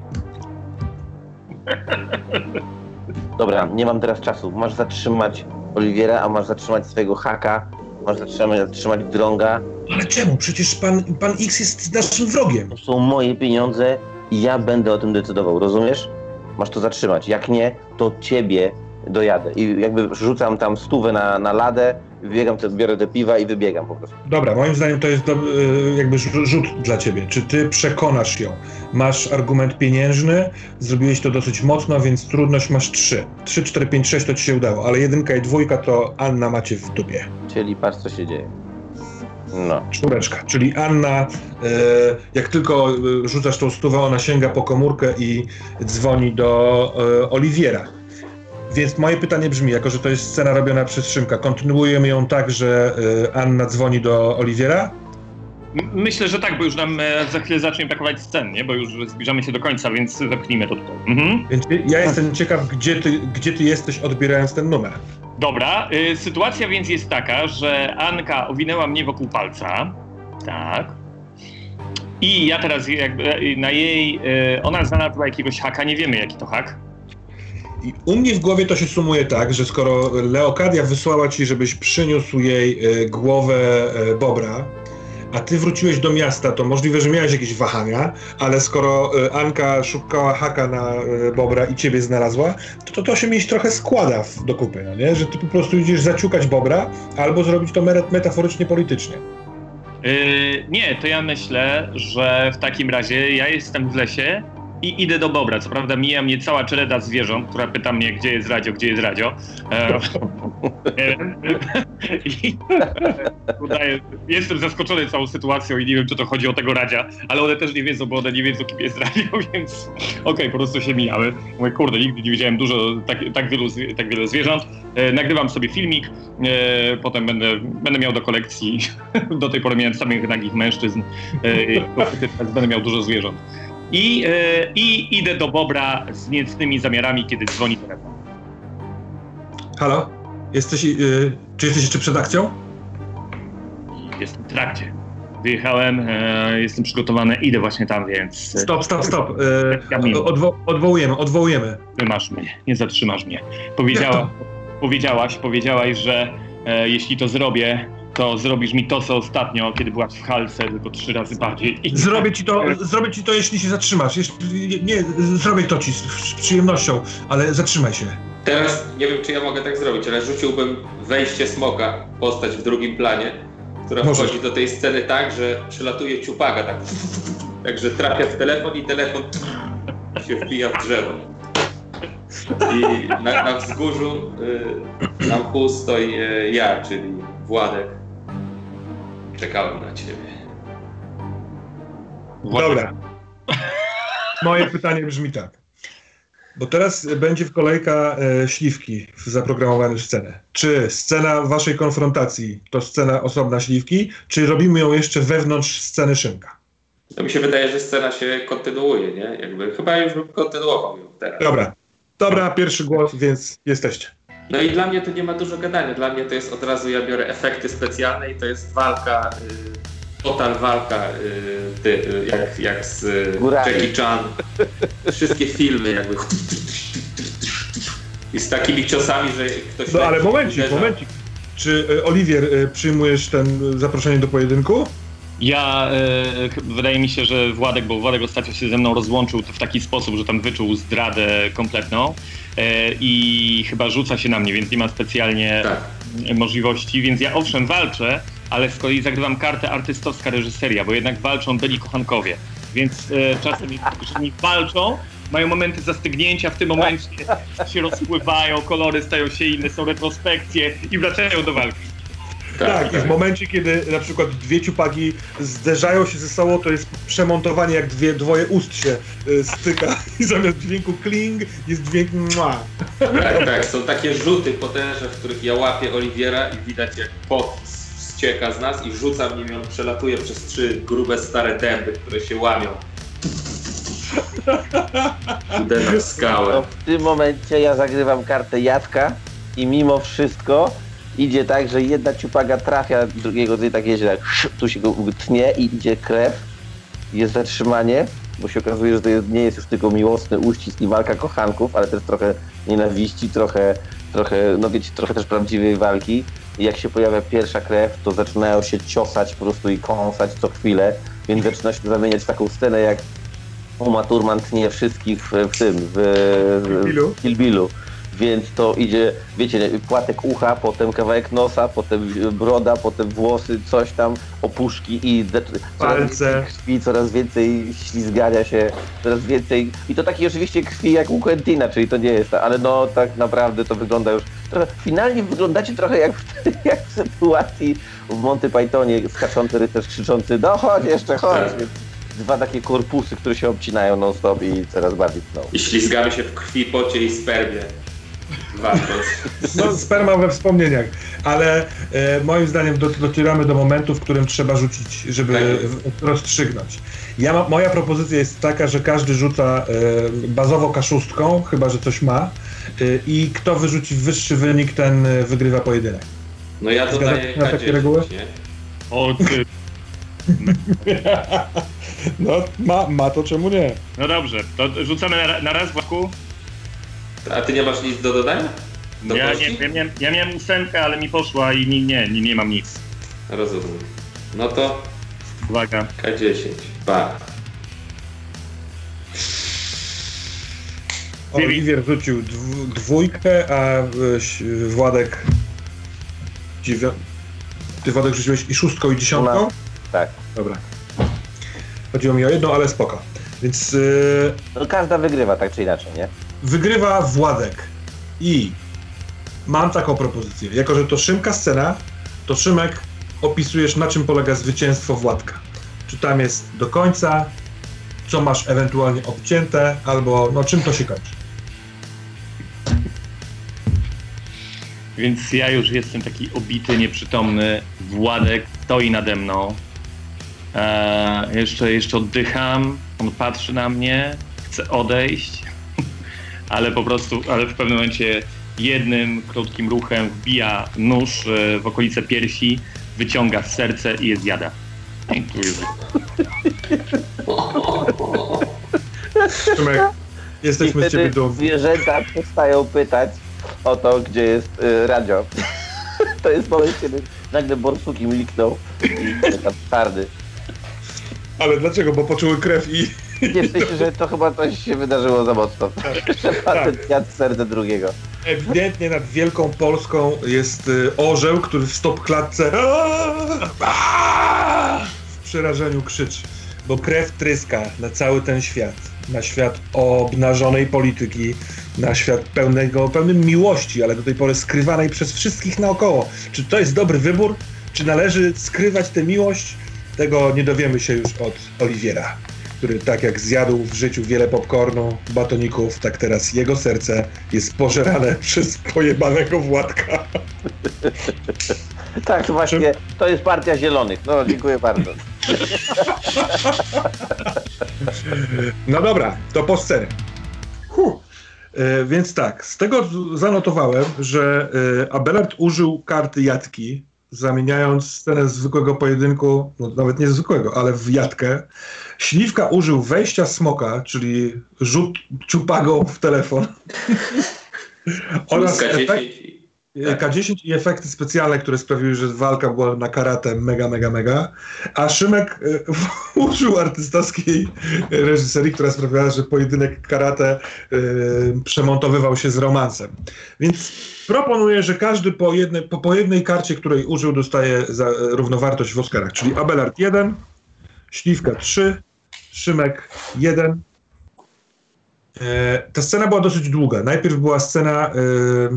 Dobra, nie mam teraz czasu. Masz zatrzymać Oliwiera, a masz zatrzymać swojego haka, masz zatrzymać, zatrzymać drąga. Ale czemu? Przecież pan, pan X jest naszym wrogiem. To są moje pieniądze i ja będę o tym decydował, rozumiesz? Masz to zatrzymać. Jak nie, to ciebie dojadę. I jakby rzucam tam stówę na, na ladę, wybiegam, te, biorę te piwa i wybiegam po prostu. Dobra, moim zdaniem to jest do, e, jakby rzu- rzut dla ciebie. Czy ty przekonasz ją? Masz argument pieniężny, zrobiłeś to dosyć mocno, więc trudność masz trzy. trzy, cztery, pięć, sześć to ci się udało, ale jedynka i dwójka to Anna macie w dupie. Czyli patrz, co się dzieje. No. Czwóreczka, czyli Anna, e, jak tylko e, rzucasz tą stówę, ona sięga po komórkę i dzwoni do e, Oliwiera. Więc moje pytanie brzmi, jako że to jest scena robiona przez Szymka, kontynuujemy ją tak, że e, Anna dzwoni do Oliwiera? M- Myślę, że tak, bo już nam e, za chwilę zacznie brakować scen, nie? Bo już zbliżamy się do końca, więc zepchnijmy to tutaj. Mhm. Więc ja jestem ciekaw, gdzie ty, gdzie ty jesteś, odbierając ten numer. Dobra, y, sytuacja więc jest taka, że Anka owinęła mnie wokół palca, tak, i ja teraz jakby y, na jej, y, ona znalazła jakiegoś haka, nie wiemy jaki to hak. I u mnie w głowie to się sumuje tak, że skoro Leokadia wysłała ci, żebyś przyniósł jej e, głowę e, Bobra, a ty wróciłeś do miasta, to możliwe, że miałeś jakieś wahania, ale skoro e, Anka szukała haka na e, Bobra i ciebie znalazła, to to, to się mi trochę składa w, do kupy, no nie? Że ty po prostu idziesz zaciukać Bobra, albo zrobić to mer- metaforycznie politycznie. Y, nie, to ja myślę, że w takim razie ja jestem w lesie i idę do Bobra. Co prawda mija mnie cała czereda zwierząt, która pyta mnie, gdzie jest radio, gdzie jest radio. E, I udaję, jestem zaskoczony całą sytuacją i nie wiem, czy to chodzi o tego radzia, ale one też nie wiedzą, bo one nie wiedzą, kim jest radio, więc okej, okay, po prostu się mijały. Mówię, kurde, nigdy nie widziałem dużo, tak, tak, wielu, zwi- tak wiele zwierząt. E, nagrywam sobie filmik, e, potem będę, będę miał do kolekcji, do tej pory miałem samych nagich mężczyzn, e, i teraz będę miał dużo zwierząt. I, e, I idę do Bobra z niecnymi zamiarami, kiedy dzwoni telefon. Halo? Jesteś, yy, czy jesteś jeszcze przed akcją? Jestem w trakcie. Wyjechałem, e, jestem przygotowany, idę właśnie tam, więc e, Stop, stop, stop. Ja Yy, mimo. odwo- odwołujemy, odwołujemy. wymasz mnie, nie zatrzymasz mnie. Powiedziała, powiedziałaś, powiedziałaś, że e, jeśli to zrobię, to zrobisz mi to, co ostatnio, kiedy byłaś w halce, tylko trzy razy bardziej. I Zrobię ci to, zrobię ci to, jeśli się zatrzymasz. Jeśli, nie, zrobię to ci z, z przyjemnością, ale zatrzymaj się. Teraz nie wiem, czy ja mogę tak zrobić, ale rzuciłbym wejście smoka, postać w drugim planie, która Możesz. wchodzi do tej sceny tak, że przylatuje ciupaga, tak, także trafia w telefon i telefon się wbija w drzewo. I na, na wzgórzu y, na mchu stoi y, ja, czyli Władek. Czekałem na ciebie. Dobra. Moje pytanie brzmi tak. Bo teraz będzie w kolejka e, śliwki zaprogramowane w scenę. Czy scena waszej konfrontacji to scena osobna śliwki, czy robimy ją jeszcze wewnątrz sceny Szymka? No mi się wydaje, że scena się kontynuuje, nie? Jakby, chyba już bym kontynuował ją teraz. Dobra. Dobra, pierwszy głos, więc jesteście. No i dla mnie to nie ma dużo gadania. Dla mnie to jest od razu, ja biorę efekty specjalne i to jest walka, y, total walka, y, ty, y, jak, jak z y, Jackie Chan. Wszystkie filmy jakby. I z takimi ciosami, że ktoś... No ale momencik, uderza. momencik. Czy y, Oliwier, y, przyjmujesz ten y, zaproszenie do pojedynku? Ja, e, wydaje mi się, że Władek, bo Władek ostatnio się ze mną rozłączył w taki sposób, że tam wyczuł zdradę kompletną e, i chyba rzuca się na mnie, więc nie ma specjalnie Tak. możliwości, więc ja owszem walczę, ale z kolei zagrywam kartę artystowska reżyseria, bo jednak walczą byli kochankowie, więc e, czasem jeżeli walczą, mają momenty zastygnięcia, w tym momencie się rozpływają, kolory stają się inne, są retrospekcje i wracają do walki. Tak, tak, i w momencie, kiedy na przykład dwie ciupagi zderzają się ze sobą, to jest przemontowanie, jak dwie, dwoje ust się y, styka i zamiast dźwięku kling jest dźwięk mua. Tak, tak, są takie rzuty potężne, w których ja łapię Oliwiera i widać jak pot ścieka z nas i rzucam nim, on przelatuje przez trzy grube stare dęby, które się łamią. Uderzam w skałę. No, w tym momencie ja zagrywam kartę Jadka i mimo wszystko idzie tak, że jedna ciupaga trafia drugiego, to tak jeździ tak, tu się go tnie i idzie krew, jest zatrzymanie, bo się okazuje, że to jest, nie jest już tylko miłosny uścisk i walka kochanków, ale też trochę nienawiści, trochę, trochę, no wiecie, trochę też prawdziwej walki. I jak się pojawia pierwsza krew, to zaczynają się ciosać po prostu i kąsać co chwilę, więc zaczyna się zamieniać w taką scenę jak Uma Thurman tnie wszystkich w, w tym, w, w Kill Billu. Więc to idzie, wiecie, płatek ucha, potem kawałek nosa, potem broda, potem włosy, coś tam, opuszki i palce, krwi, coraz więcej ślizgania się, coraz więcej. I to takiej oczywiście krwi jak u Quentina, czyli to nie jest, ale no tak naprawdę to wygląda już trochę, finalnie wyglądacie trochę jak w, jak w sytuacji w Monty Pythonie, skaczący rycerz krzyczący, no chodź jeszcze, chodź. Dwa takie korpusy, które się obcinają non stop i coraz bardziej tną. I ślizgamy się w krwi, pocie i spermie. Walcząc. No sperma we wspomnieniach, ale e, moim zdaniem do, docieramy do momentu, w którym trzeba rzucić, żeby tak rozstrzygnąć. Ja ma, moja propozycja jest taka, że każdy rzuca e, bazowo kaszustką, chyba że coś ma, e, i kto wyrzuci wyższy wynik, ten e, wygrywa pojedynek. No ja dodaję na takie reguły? Nie? O ty. No ma, ma to, czemu nie? No dobrze, to rzucamy na, na raz, Władku. A ty nie masz nic do dodania? Do ja, nie, ja, miałem, ja miałem ósemkę, ale mi poszła i nie, nie, nie, nie mam nic. Rozumiem. No to Uwaga. K dziesięć. Ba. Oliwier rzucił dw, dwójkę, a y, Władek dziewią... Ty, Władek, rzuciłeś i szóstką, i dziesiątką? No, tak. Dobra. Chodziło mi o jedną, ale spoko. Więc y, no, każda wygrywa tak czy inaczej, nie? wygrywa Władek. I mam taką propozycję. Jako że to Szymka scena, to Szymek opisujesz, na czym polega zwycięstwo Władka. Czy tam jest do końca, co masz ewentualnie obcięte, albo no czym to się kończy. Więc ja już jestem taki obity, nieprzytomny. Władek stoi nade mną. Eee, jeszcze, jeszcze oddycham. On patrzy na mnie. Chce odejść. ale po prostu, ale w pewnym momencie jednym krótkim ruchem wbija nóż w okolice piersi, wyciąga serce i je zjada. Dziękuję. Szymek, jesteśmy z ciebie dumni. Zwierzęta przestają pytać o to, gdzie jest y, radio. To jest moment, kiedy nagle borsuki mliknął i tam twardy. Ale dlaczego? Bo poczuły krew i... Nie, w sensie, że to chyba coś się wydarzyło za mocno. Facet jadł serce drugiego. Ewidentnie nad Wielką Polską jest y, orzeł, który w stopklatce w przerażeniu krzyczy, bo krew tryska na cały ten świat. na świat obnażonej polityki, na świat pełnego, pełnym miłości, ale do tej pory skrywanej przez wszystkich naokoło. Czy to jest dobry wybór? Czy należy skrywać tę miłość? Tego nie dowiemy się już od Oliwiera, który tak jak zjadł w życiu wiele popcornu, batoników, tak teraz jego serce jest pożerane przez pojebanego Władka. Tak, właśnie, to jest Partia Zielonych. No, dziękuję bardzo. No dobra, to po scenie. Huh. E, więc tak, z tego zanotowałem, że e, Abelard użył karty jatki, zamieniając scenę zwykłego pojedynku, no nawet nie zwykłego, ale w jatkę. Śliwka użył wejścia smoka, czyli rzut ciupagą w telefon. Oraz efekt, K dziesięć i efekty specjalne, które sprawiły, że walka była na karate mega, mega, mega. A Szymek y, użył artystowskiej reżyserii, która sprawiała, że pojedynek karate y, przemontowywał się z romansem. Więc proponuję, że każdy po jednej, po, po jednej karcie, której użył, dostaje za równowartość w Oscarach. Czyli Abelard jeden, Śliwka trzy, Szymek jeden. E, ta scena była dosyć długa. Najpierw była scena, e,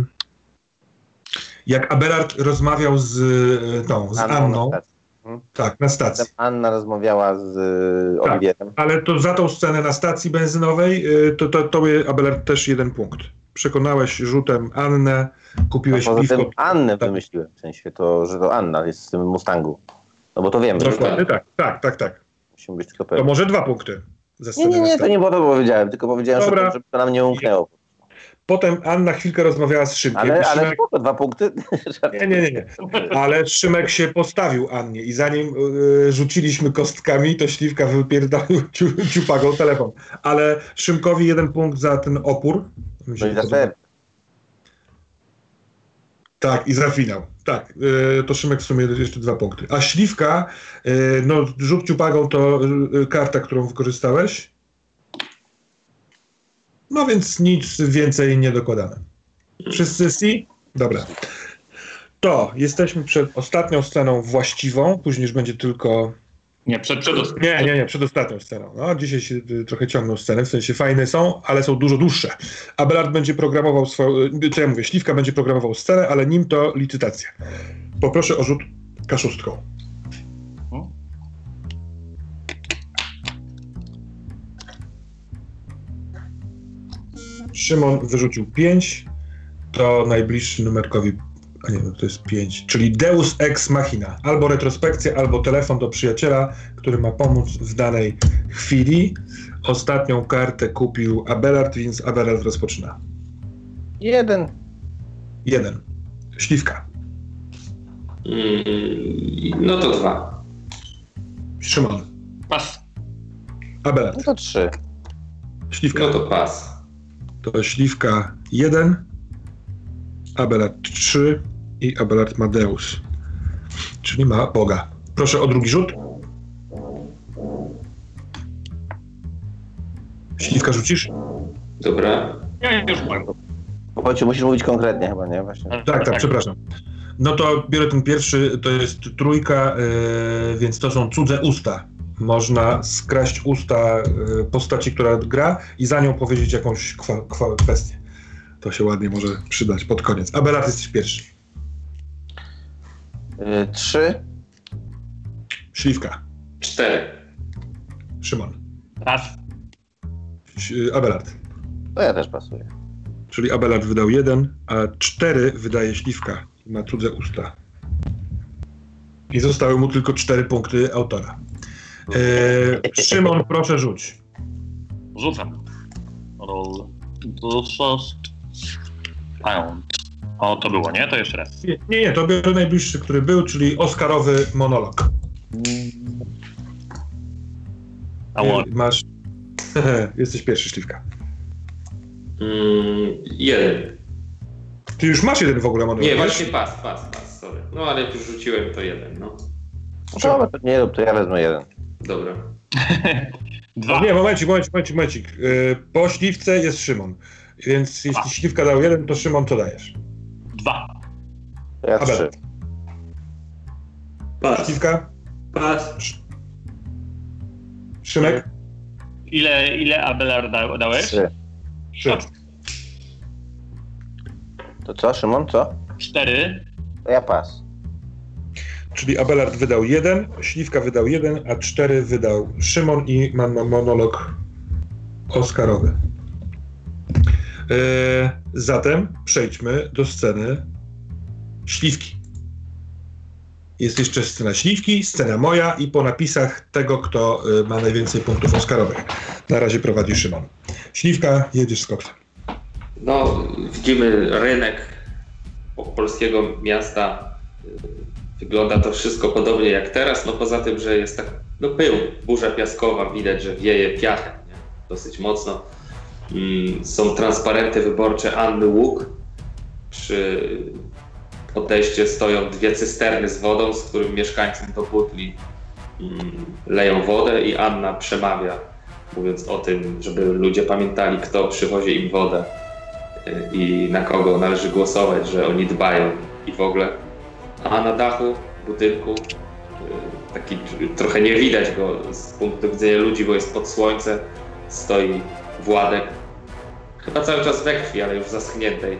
jak Abelard rozmawiał z tą, z Anną. Anną. Na hmm? Tak, na stacji. Anna rozmawiała z tak, Oliwierem. Ale to za tą scenę na stacji benzynowej, to, to, to Abelard też jeden punkt. Przekonałeś rzutem Annę, kupiłeś no, piwko. Annę tak. Wymyśliłem, w sensie to, że to Anna jest w tym Mustangu. No bo to wiemy. Dokładnie, tak, tak, tak, tak. Musimy być tylko pewni. To może dwa punkty. Za nie, nie, nie, to nie było to, co powiedziałem, tylko powiedziałem, Dobra. Żeby, żeby to nam nie umknęło. Potem Anna chwilkę rozmawiała z Szymkiem. Ale, ale Szymek... spoko, dwa punkty. Nie, nie, nie, nie. Ale Szymek się postawił Annie i zanim y, rzuciliśmy kostkami, to Śliwka wypierdolił ciu, ciupagą telefon. Ale Szymkowi jeden punkt za ten opór. No i za ser. Tak, i za finał. Tak, y, to Szymek w sumie jeszcze dwa punkty. A Śliwka, y, no rzut ciupagą to y, karta, którą wykorzystałeś. No więc nic więcej nie dokładamy. Wszyscy si? Dobra. To jesteśmy przed ostatnią sceną właściwą, później już będzie tylko... Nie, przed przedostatnią. Nie, nie, nie, przed ostatnią sceną. No, dzisiaj się y, trochę ciągną sceny, w sensie fajne są, ale są dużo dłuższe. Abelard będzie programował swoją... Y, co ja mówię, Śliwka będzie programował scenę, ale nim to licytacja. Poproszę o rzut kaszustką. Szymon wyrzucił pięć, to najbliższy numerkowi, a nie wiem, to jest pięć, czyli Deus Ex Machina. Albo retrospekcja, albo telefon do przyjaciela, który ma pomóc w danej chwili. Ostatnią kartę kupił Abelard, więc Abelard rozpoczyna. Jeden. Jeden. Śliwka. Mm, no to dwa. Szymon. Pas. Abelard. No to trzy. Śliwka. No to pas. To Śliwka jeden, Abelard trzy i Abelard ma Deus. Czyli ma Boga. Proszę o drugi rzut. Śliwka rzucisz? Dobra. Ja już mam. Chodź, musisz mówić konkretnie chyba, nie? Właśnie. Tak, tak, tak, przepraszam. No to biorę ten pierwszy, to jest trójka, yy, więc to są cudze usta. Można skraść usta yy, postaci, która gra i za nią powiedzieć jakąś kwa, kwa, kwestię. To się ładnie może przydać pod koniec. Abelard, jesteś pierwszy. Yy, trzy. Śliwka. Cztery. Szymon. Raz. Yy, Abelard. To ja też pasuję. Czyli Abelard wydał jeden, a cztery wydaje Śliwka. Ma cudze usta. I zostały mu tylko cztery punkty autora. E, Szymon, proszę rzuć. Rzucam. Roll the first pound. O, to było, nie? To jeszcze raz. Nie, nie, nie, to biorę najbliższy, który był, czyli Oscarowy monolog. A e, masz... Jesteś pierwszy, Śliwka. Mm, jeden. Ty już masz jeden w ogóle monolog. Nie, właśnie pas, pas, pas, sorry. No ale jak już rzuciłem, to jeden, no. No, to nie rób, to ja wezmę jeden. Dobra. Dwa. Nie, momencik, momencik, momencik, momencik. Yy, po Śliwce jest Szymon. Więc jeśli Śliwka dał jeden, to Szymon, co dajesz? Dwa. To ja trzy. Pas. Śliwka? Pas. Szymek? Ile, ile Abelard da, dałeś? Trzy. Trzy. To co, Szymon, co? Cztery. To ja pas. Czyli Abelard wydał jeden, Śliwka wydał jeden, a cztery wydał Szymon i mam monolog Oscarowy. Yy, zatem przejdźmy do sceny Śliwki. Jest jeszcze scena Śliwki, scena moja i po napisach tego, kto y, ma najwięcej punktów Oscarowych. Na razie prowadzi Szymon. Śliwka, jedziesz z koksem. No, widzimy rynek polskiego miasta. Wygląda to wszystko podobnie jak teraz, no poza tym, że jest tak, no pył, burza piaskowa, widać, że wieje piachem, nie? Dosyć mocno. Mm, są transparenty wyborcze Anny Łuk. Przy podejście stoją dwie cysterny z wodą, z którym mieszkańcom do butli mm, leją wodę i Anna przemawia, mówiąc o tym, żeby ludzie pamiętali, kto przywozi im wodę y, i na kogo należy głosować, że oni dbają i w ogóle. A na dachu budynku, y, taki trochę nie widać go z punktu widzenia ludzi, bo jest pod słońce, stoi Władek, chyba cały czas we krwi, ale już zaschniętej.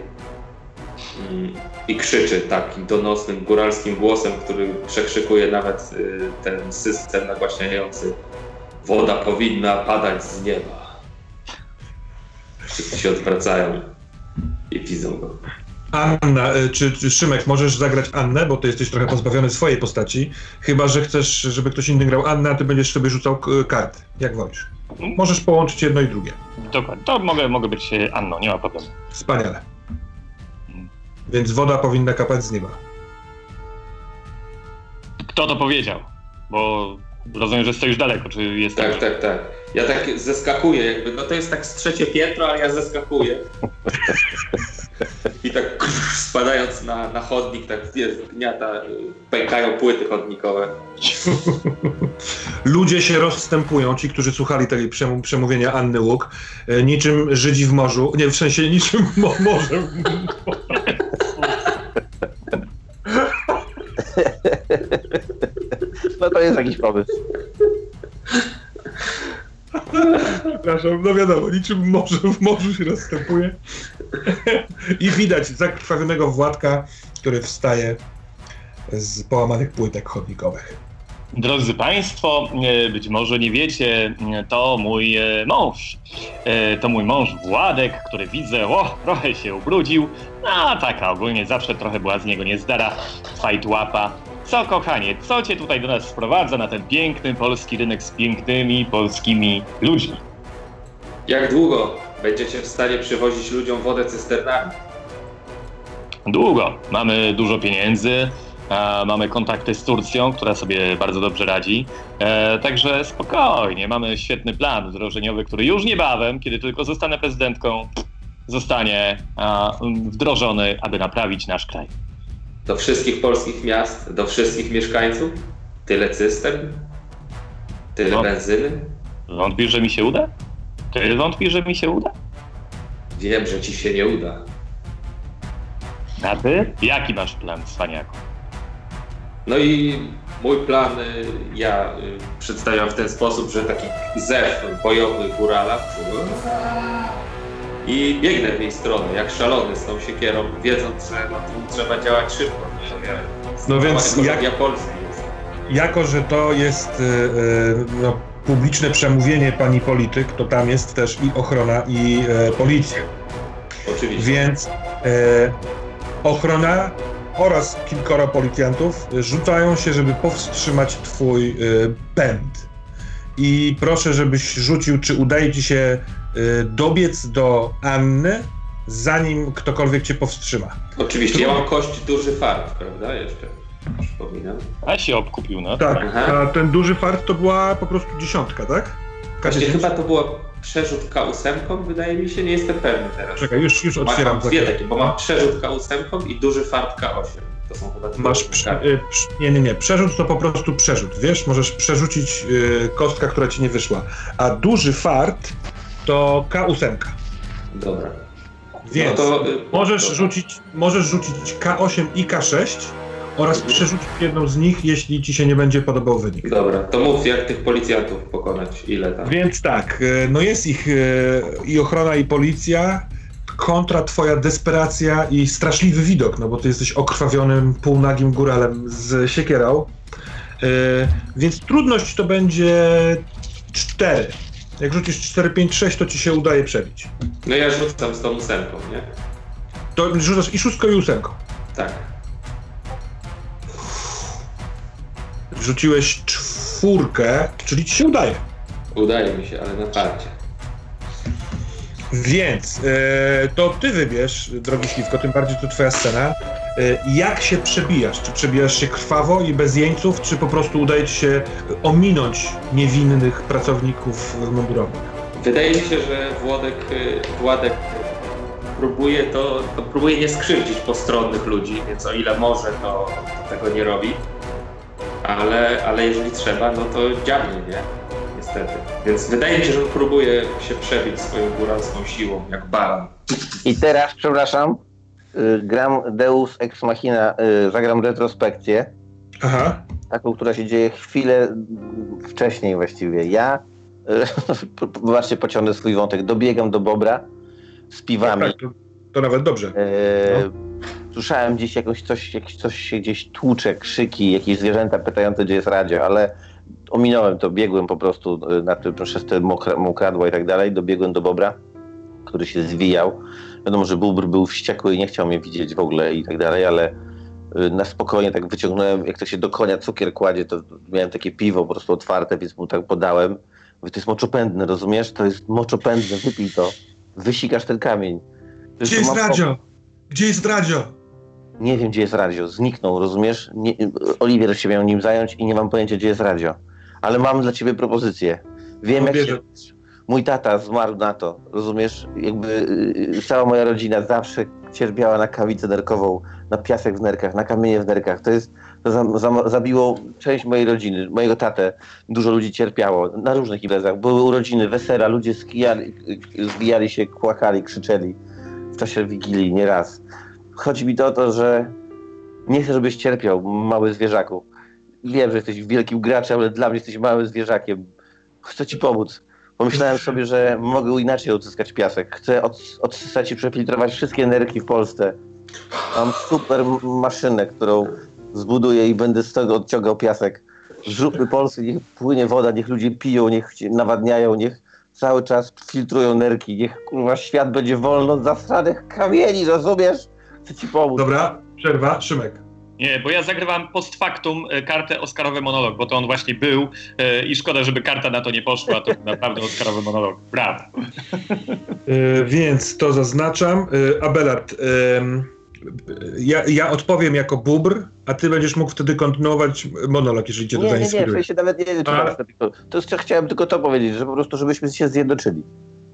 I krzyczy takim donosnym, góralskim głosem, który przekrzykuje nawet y, ten system nagłaśniający: woda powinna padać z nieba. Wszyscy się odwracają i widzą go. Anna, czy, czy Szymek, możesz zagrać Annę, bo ty jesteś trochę pozbawiony swojej postaci, chyba że chcesz, żeby ktoś inny grał Annę, a ty będziesz sobie rzucał karty, jak wolisz. Możesz połączyć jedno i drugie. Dokładnie, to mogę, mogę być Anną, nie ma problemu. Wspaniale. Więc woda powinna kapać z nieba. Kto to powiedział? Bo rozumiem, że stoisz daleko, czy jest... Tak, tak, tak. Ja tak zeskakuję jakby, no to jest tak z trzecie piętro, ale ja zeskakuję. I tak spadając na, na chodnik, tak wiesz, gniata, pękają płyty chodnikowe. Ludzie się rozstępują, ci, którzy słuchali tego przem- przemówienia Anny Łuk, niczym Żydzi w morzu, nie, w sensie niczym mo- morzem. No to jest jakiś pomysł. Przepraszam, no wiadomo, niczym morze w morzu się rozstępuje. I widać zakrwawionego Władka, który wstaje z połamanych płytek chodnikowych. Drodzy Państwo, być może nie wiecie, to mój mąż. To mój mąż Władek, który widzę, o, trochę się ubrudził. A taka ogólnie zawsze trochę była z niego niezdara, fajtłapa. Co, kochanie, co cię tutaj do nas sprowadza na ten piękny polski rynek z pięknymi polskimi ludźmi? Jak długo będziecie w stanie przywozić ludziom wodę cysternami? Długo. Mamy dużo pieniędzy, a mamy kontakty z Turcją, która sobie bardzo dobrze radzi. E, także spokojnie, mamy świetny plan wdrożeniowy, który już niebawem, kiedy tylko zostanę prezydentką, zostanie a, wdrożony, aby naprawić nasz kraj. Do wszystkich polskich miast, do wszystkich mieszkańców? Tyle cystern? Tyle no. benzyny? Wątpisz, że mi się uda? Ty wątpisz, że mi się uda? Wiem, że ci się nie uda. A ty? Jaki masz plan, cwaniaku? No i mój plan ja przedstawiam w ten sposób, że taki zew bojowy górala i biegnę w jej stronę, jak szalony z tą siekierą, wiedząc, że no, tu trzeba działać szybko. No więc jak, jest. jako, że to jest yy, no, publiczne przemówienie pani polityk, to tam jest też i ochrona, i yy, policja. Oczywiście. Więc yy, ochrona oraz kilkoro policjantów rzucają się, żeby powstrzymać twój yy, pęd. I proszę, żebyś rzucił, czy udaje ci się y, dobiec do Anny, zanim ktokolwiek cię powstrzyma. Oczywiście, tu... ja mam kość duży fart, prawda? Jeszcze przypominam. A się obkupił, no. Tak, a ten duży fart to była po prostu dziesiątka, tak? Właśnie chyba to była przerzut K osiem, wydaje mi się, nie jestem pewny teraz. Czekaj, już, już otwieram. Mam dwie takie, bo mam przerzut K osiem i duży fart K osiem. To są chyba dwie. Masz prze, y, prze, nie, nie, nie. Przerzut to po prostu przerzut. Wiesz, możesz przerzucić y, kostka, która ci nie wyszła. A duży fart to K osiem. Dobra. Więc no to, y, możesz, dobra. Rzucić, możesz rzucić K osiem i K sześć, oraz przerzucić jedną z nich, jeśli ci się nie będzie podobał wynik. Dobra, to mów, jak tych policjantów pokonać, ile tam? Więc tak, no jest ich i ochrona, i policja, kontra twoja desperacja i straszliwy widok, no bo ty jesteś okrwawionym, półnagim góralem z siekierą, więc trudność to będzie cztery. Jak rzucisz cztery, pięć, sześć, to ci się udaje przebić. No ja rzucam z tą ósemką, nie? To rzucasz i szóstką, i ósemką. Tak. Rzuciłeś czwórkę, czyli ci się udaje. Udaje mi się, ale na farcie. Więc e, to ty wybierz, drogi Śliwko, tym bardziej to twoja scena, e, jak się przebijasz? Czy przebijasz się krwawo i bez jeńców, czy po prostu udaje ci się ominąć niewinnych pracowników mundurowych? Wydaje mi się, że Włodek, Władek próbuje to, to próbuje nie skrzywdzić postronnych ludzi, więc o ile może, to, to tego nie robi. Ale, ale jeżeli trzeba, no to dziabnie, nie? Niestety. Więc wydaje mi się, że on próbuje się przebić swoją góralską siłą, jak baran. I teraz, przepraszam, y, gram Deus Ex Machina, y, zagram retrospekcję. Aha. Taką, która się dzieje chwilę wcześniej właściwie. Ja, y, zobaczcie, pociągnę swój wątek, dobiegam do Bobra z piwami. Tak, to, to nawet dobrze. Y, no. Słyszałem gdzieś jakoś coś, jakieś coś się gdzieś tłucze, krzyki, jakieś zwierzęta pytające, gdzie jest radio, ale ominąłem to, biegłem po prostu na tym, przez te mokra, mokradła i tak dalej, dobiegłem do Bobra, który się zwijał. Wiadomo, że Bóbr był wściekły i nie chciał mnie widzieć w ogóle i tak dalej, ale na spokojnie tak wyciągnąłem, jak to się do konia cukier kładzie, to miałem takie piwo po prostu otwarte, więc mu tak podałem. Mówię, to jest moczopędne, rozumiesz? To jest moczopędne, wypij to. Wysikasz ten kamień. To Gdzie jest radio? Gdzie jest radio? Nie wiem, gdzie jest radio. Zniknął, rozumiesz? Nie, Oliwier się miał nim zająć i nie mam pojęcia, gdzie jest radio. Ale mam dla ciebie propozycję. Wiem, jak się... Mój tata zmarł na to, rozumiesz? Jakby yy, cała moja rodzina zawsze cierpiała na kawicę nerkową, na piasek w nerkach, na kamienie w nerkach. To jest... To za, za, zabiło część mojej rodziny, mojego tatę. Dużo ludzi cierpiało na różnych imprezach. Były urodziny, wesela, ludzie skijali, zbijali się, kłakali, krzyczeli w czasie Wigilii nieraz. Chodzi mi to o to, że nie chcę, żebyś cierpiał, mały zwierzaku. Wiem, że jesteś wielkim graczem, ale dla mnie jesteś małym zwierzakiem. Chcę ci pomóc. Pomyślałem sobie, że mogę inaczej odzyskać piasek. Chcę od, odsysać i przefiltrować wszystkie nerki w Polsce. Mam super maszynę, którą zbuduję i będę z tego odciągał piasek. Zróbmy Polskę, niech płynie woda, niech ludzie piją, niech się nawadniają, niech cały czas filtrują nerki. Niech kurwa świat będzie wolny od zasranych kamieni, rozumiesz? Chcę ci pomóc. Dobra, przerwa, Szymek. Nie, bo ja zagrywam post factum kartę Oscarowy monolog, bo to on właśnie był yy, i szkoda, żeby karta na to nie poszła, to naprawdę Oscarowy monolog. Brawo. Yy, więc to zaznaczam. Yy, Abelard, yy, ja, ja odpowiem jako Bóbr, a ty będziesz mógł wtedy kontynuować monolog, jeżeli cię to zainspiruje. Nie, nie, nie, się nawet nie wiem, czy a... tylko, to jest, chciałem tylko to powiedzieć, że po prostu, żebyśmy się zjednoczyli.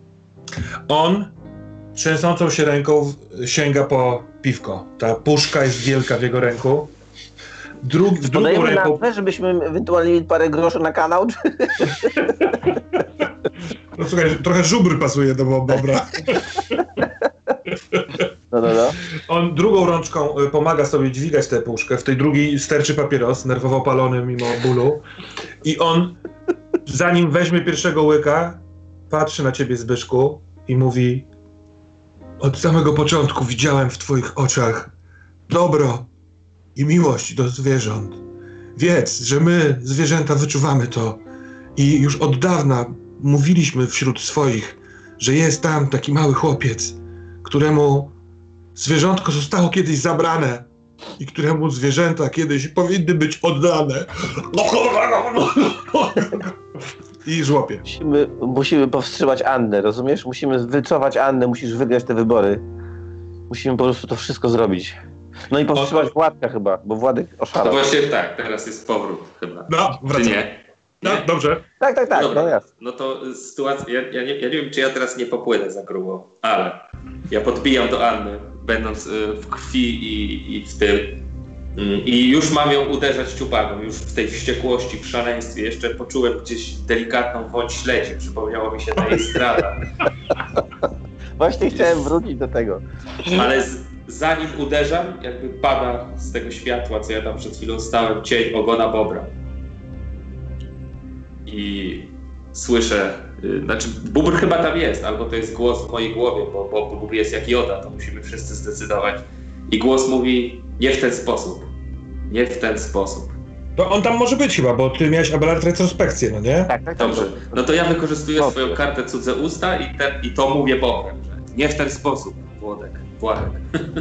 On trzęsącą się ręką sięga po piwko. Ta puszka jest wielka w jego ręku. Dru w drugą ręką... nazwę, żebyśmy ewentualnie mieli parę groszy na kanał? Czy... No słuchaj, trochę żubr pasuje do Bobra. No, no, no. On drugą rączką pomaga sobie dźwigać tę puszkę, w tej drugiej sterczy papieros, nerwowo opalony mimo bólu. I on, zanim weźmie pierwszego łyka, patrzy na ciebie, Zbyszku, i mówi: od samego początku widziałem w twoich oczach dobro i miłość do zwierząt. Wiedz, że my, zwierzęta, wyczuwamy to i już od dawna mówiliśmy wśród swoich, że jest tam taki mały chłopiec, któremu zwierzątko zostało kiedyś zabrane i któremu zwierzęta kiedyś powinny być oddane. I żłopie. Musimy, musimy powstrzymać Annę, rozumiesz? Musimy wyczować Annę, musisz wygrać te wybory. Musimy po prostu to wszystko zrobić. No i powstrzymać Władka chyba, bo Władek oszalał. No właśnie tak, teraz jest powrót chyba. No, wracam. Czy nie? No, dobrze. Tak, tak, tak. Dobra, no, jasne. no to sytuacja, ja, ja, nie, ja nie wiem, czy ja teraz nie popłynę za grubo, ale ja podbijam do Anny, będąc w krwi i, i w tym. I już mam ją uderzać ciupaną, już w tej wściekłości, w szaleństwie. Jeszcze poczułem gdzieś delikatną woń śledzi, przypomniało mi się ta jej zdrada. Właśnie chciałem wrócić do tego. Ale z, zanim uderzam, jakby pada z tego światła, co ja tam przed chwilą stałem, cień ogona bobra. I słyszę, yy, znaczy bóbr chyba tam jest, albo to jest głos w mojej głowie, bo, bo bóbr jest jak Joda, to musimy wszyscy zdecydować. I głos mówi, nie w ten sposób, nie w ten sposób. To on tam może być chyba, bo ty miałeś Abelard retrospekcję, no nie? Tak, tak, Dobrze, no to ja wykorzystuję Dobrze. swoją kartę cudze usta i, ten, i to mówię bobrem, że nie w ten sposób, Włodek, Władek.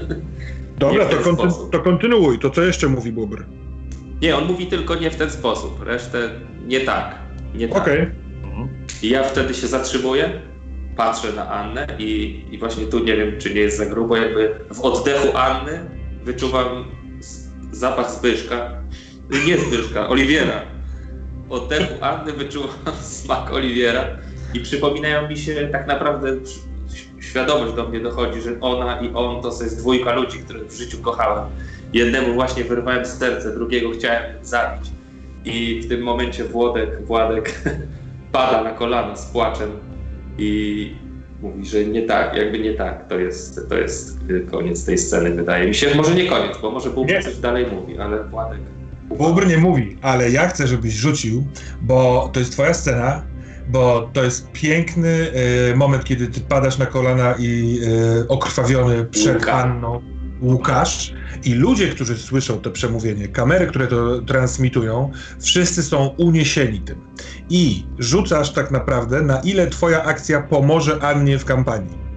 Dobra, to, konty- to kontynuuj, to co jeszcze mówi bóbr? Nie, on mówi tylko nie w ten sposób, resztę nie tak, nie tak. Okej. Okay. I ja wtedy się zatrzymuję, patrzę na Annę i, i właśnie tu nie wiem, czy nie jest za grubo, jakby w oddechu Anny wyczuwam zapach Zbyszka, nie Zbyszka, Oliwiera. W oddechu Anny wyczuwam smak Oliwiera i przypominają mi się tak naprawdę, świadomość do mnie dochodzi, że ona i on to jest dwójka ludzi, których w życiu kochałem. Jednemu właśnie wyrwałem serce, drugiego chciałem zabić. I w tym momencie Włodek, Władek pada na kolana z płaczem i mówi, że nie tak, jakby nie tak. To jest, to jest koniec tej sceny, wydaje mi się. Może nie koniec, bo może Bóbr coś dalej mówi, ale Władek... Bóbr nie mówi, ale ja chcę, żebyś rzucił, bo to jest twoja scena, bo to jest piękny y, moment, kiedy ty padasz na kolana i y, okrwawiony przed Łukasz. Anną Łukasz i ludzie, którzy słyszą to przemówienie, kamery, które to transmitują, wszyscy są uniesieni tym. I rzucasz tak naprawdę, na ile twoja akcja pomoże Annie w kampanii.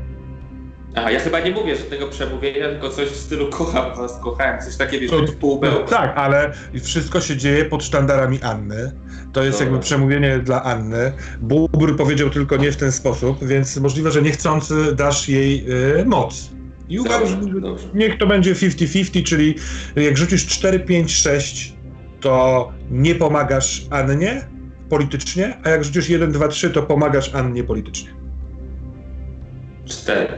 Aha, ja chyba nie mówię żadnego przemówienia, tylko coś w stylu kocham was, kochałem, coś takiego, wiesz, to, w pół no, tak, ale wszystko się dzieje pod sztandarami Anny. To jest Dobra. jakby przemówienie dla Anny. Bóbr powiedział tylko nie w ten sposób, więc możliwe, że niechcący dasz jej y, moc. I uważam, że niech to będzie pięćdziesiąt pięćdziesiąt, czyli jak rzucisz cztery, pięć, sześć, to nie pomagasz Annie politycznie, a jak rzucisz jeden, dwa, trzy, to pomagasz Annie politycznie. cztery.